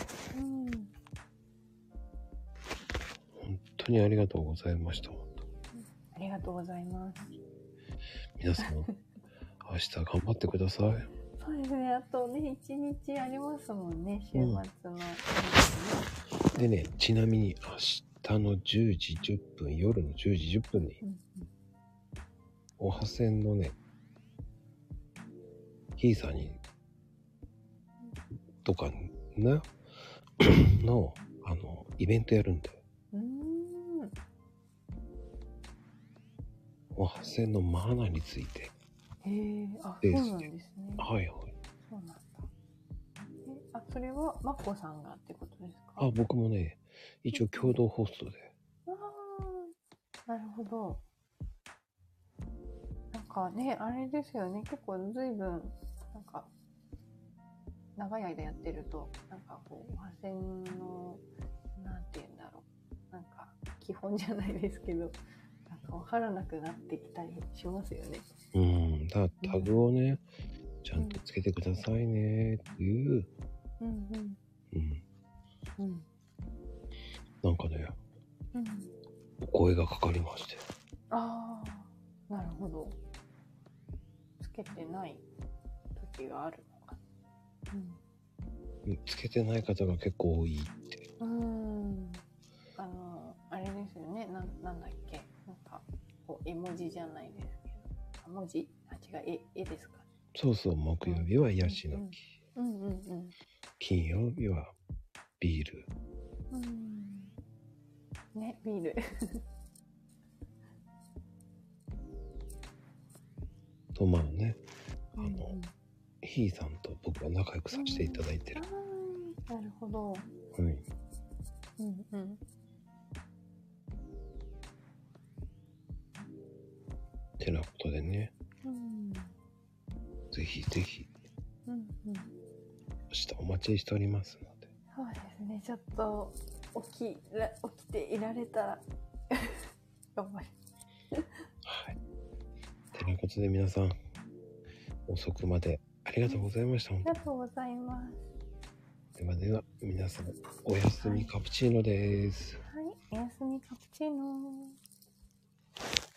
本当にありがとうございました。 ありがとうございます。 皆さん明日頑張ってください。 そうですね。あとね、1日ありますもんね、週末の。 でね、ちなみに明日の10時10分、夜の10時10分に、おはせんのね、ヒーさんに、とかね、の、イベントやるんで。おはせんのマナーについてへえ、あ、 でそうなんですね。 はいはい。 そうなんだ。あ、それはまこさんがってことですか？ あ、僕もね、一応共同ホストで。 ああ、なるほど。なんかね、あれですよね、結構随分、なんか、長い間やってると、なんかこう、和船の、なんて言うんだろう。なんか、基本じゃないですけど、なんかわからなくなってきたりしますよね。 だからタグをね、ちゃんとつけてくださいねっていう、なんかね、お声がかかりまして。 ああ、なるほど。つけてない時があるのか。 つけてない方が結構多いって。 あれですよね。なんだっけ。なんか、こう、絵文字じゃないですけど。文字？あ、違う、絵ですか。 そうそう、木曜日はヤシの木。金曜日はビール。 ね、ビール。 と、まあね、ひーさんと僕は仲良くさせていただいてる。 なるほど。 はい。てなことでね。ぜひぜひ。明日お待ちしておりますので。 そうですね。ちょっと起きていられたら頑張り。 はい。てなことで皆さん遅くまでありがとうございました。 ありがとうございます。 ではでは皆さんおやすみカプチーノです。 はい、おやすみカプチーノ。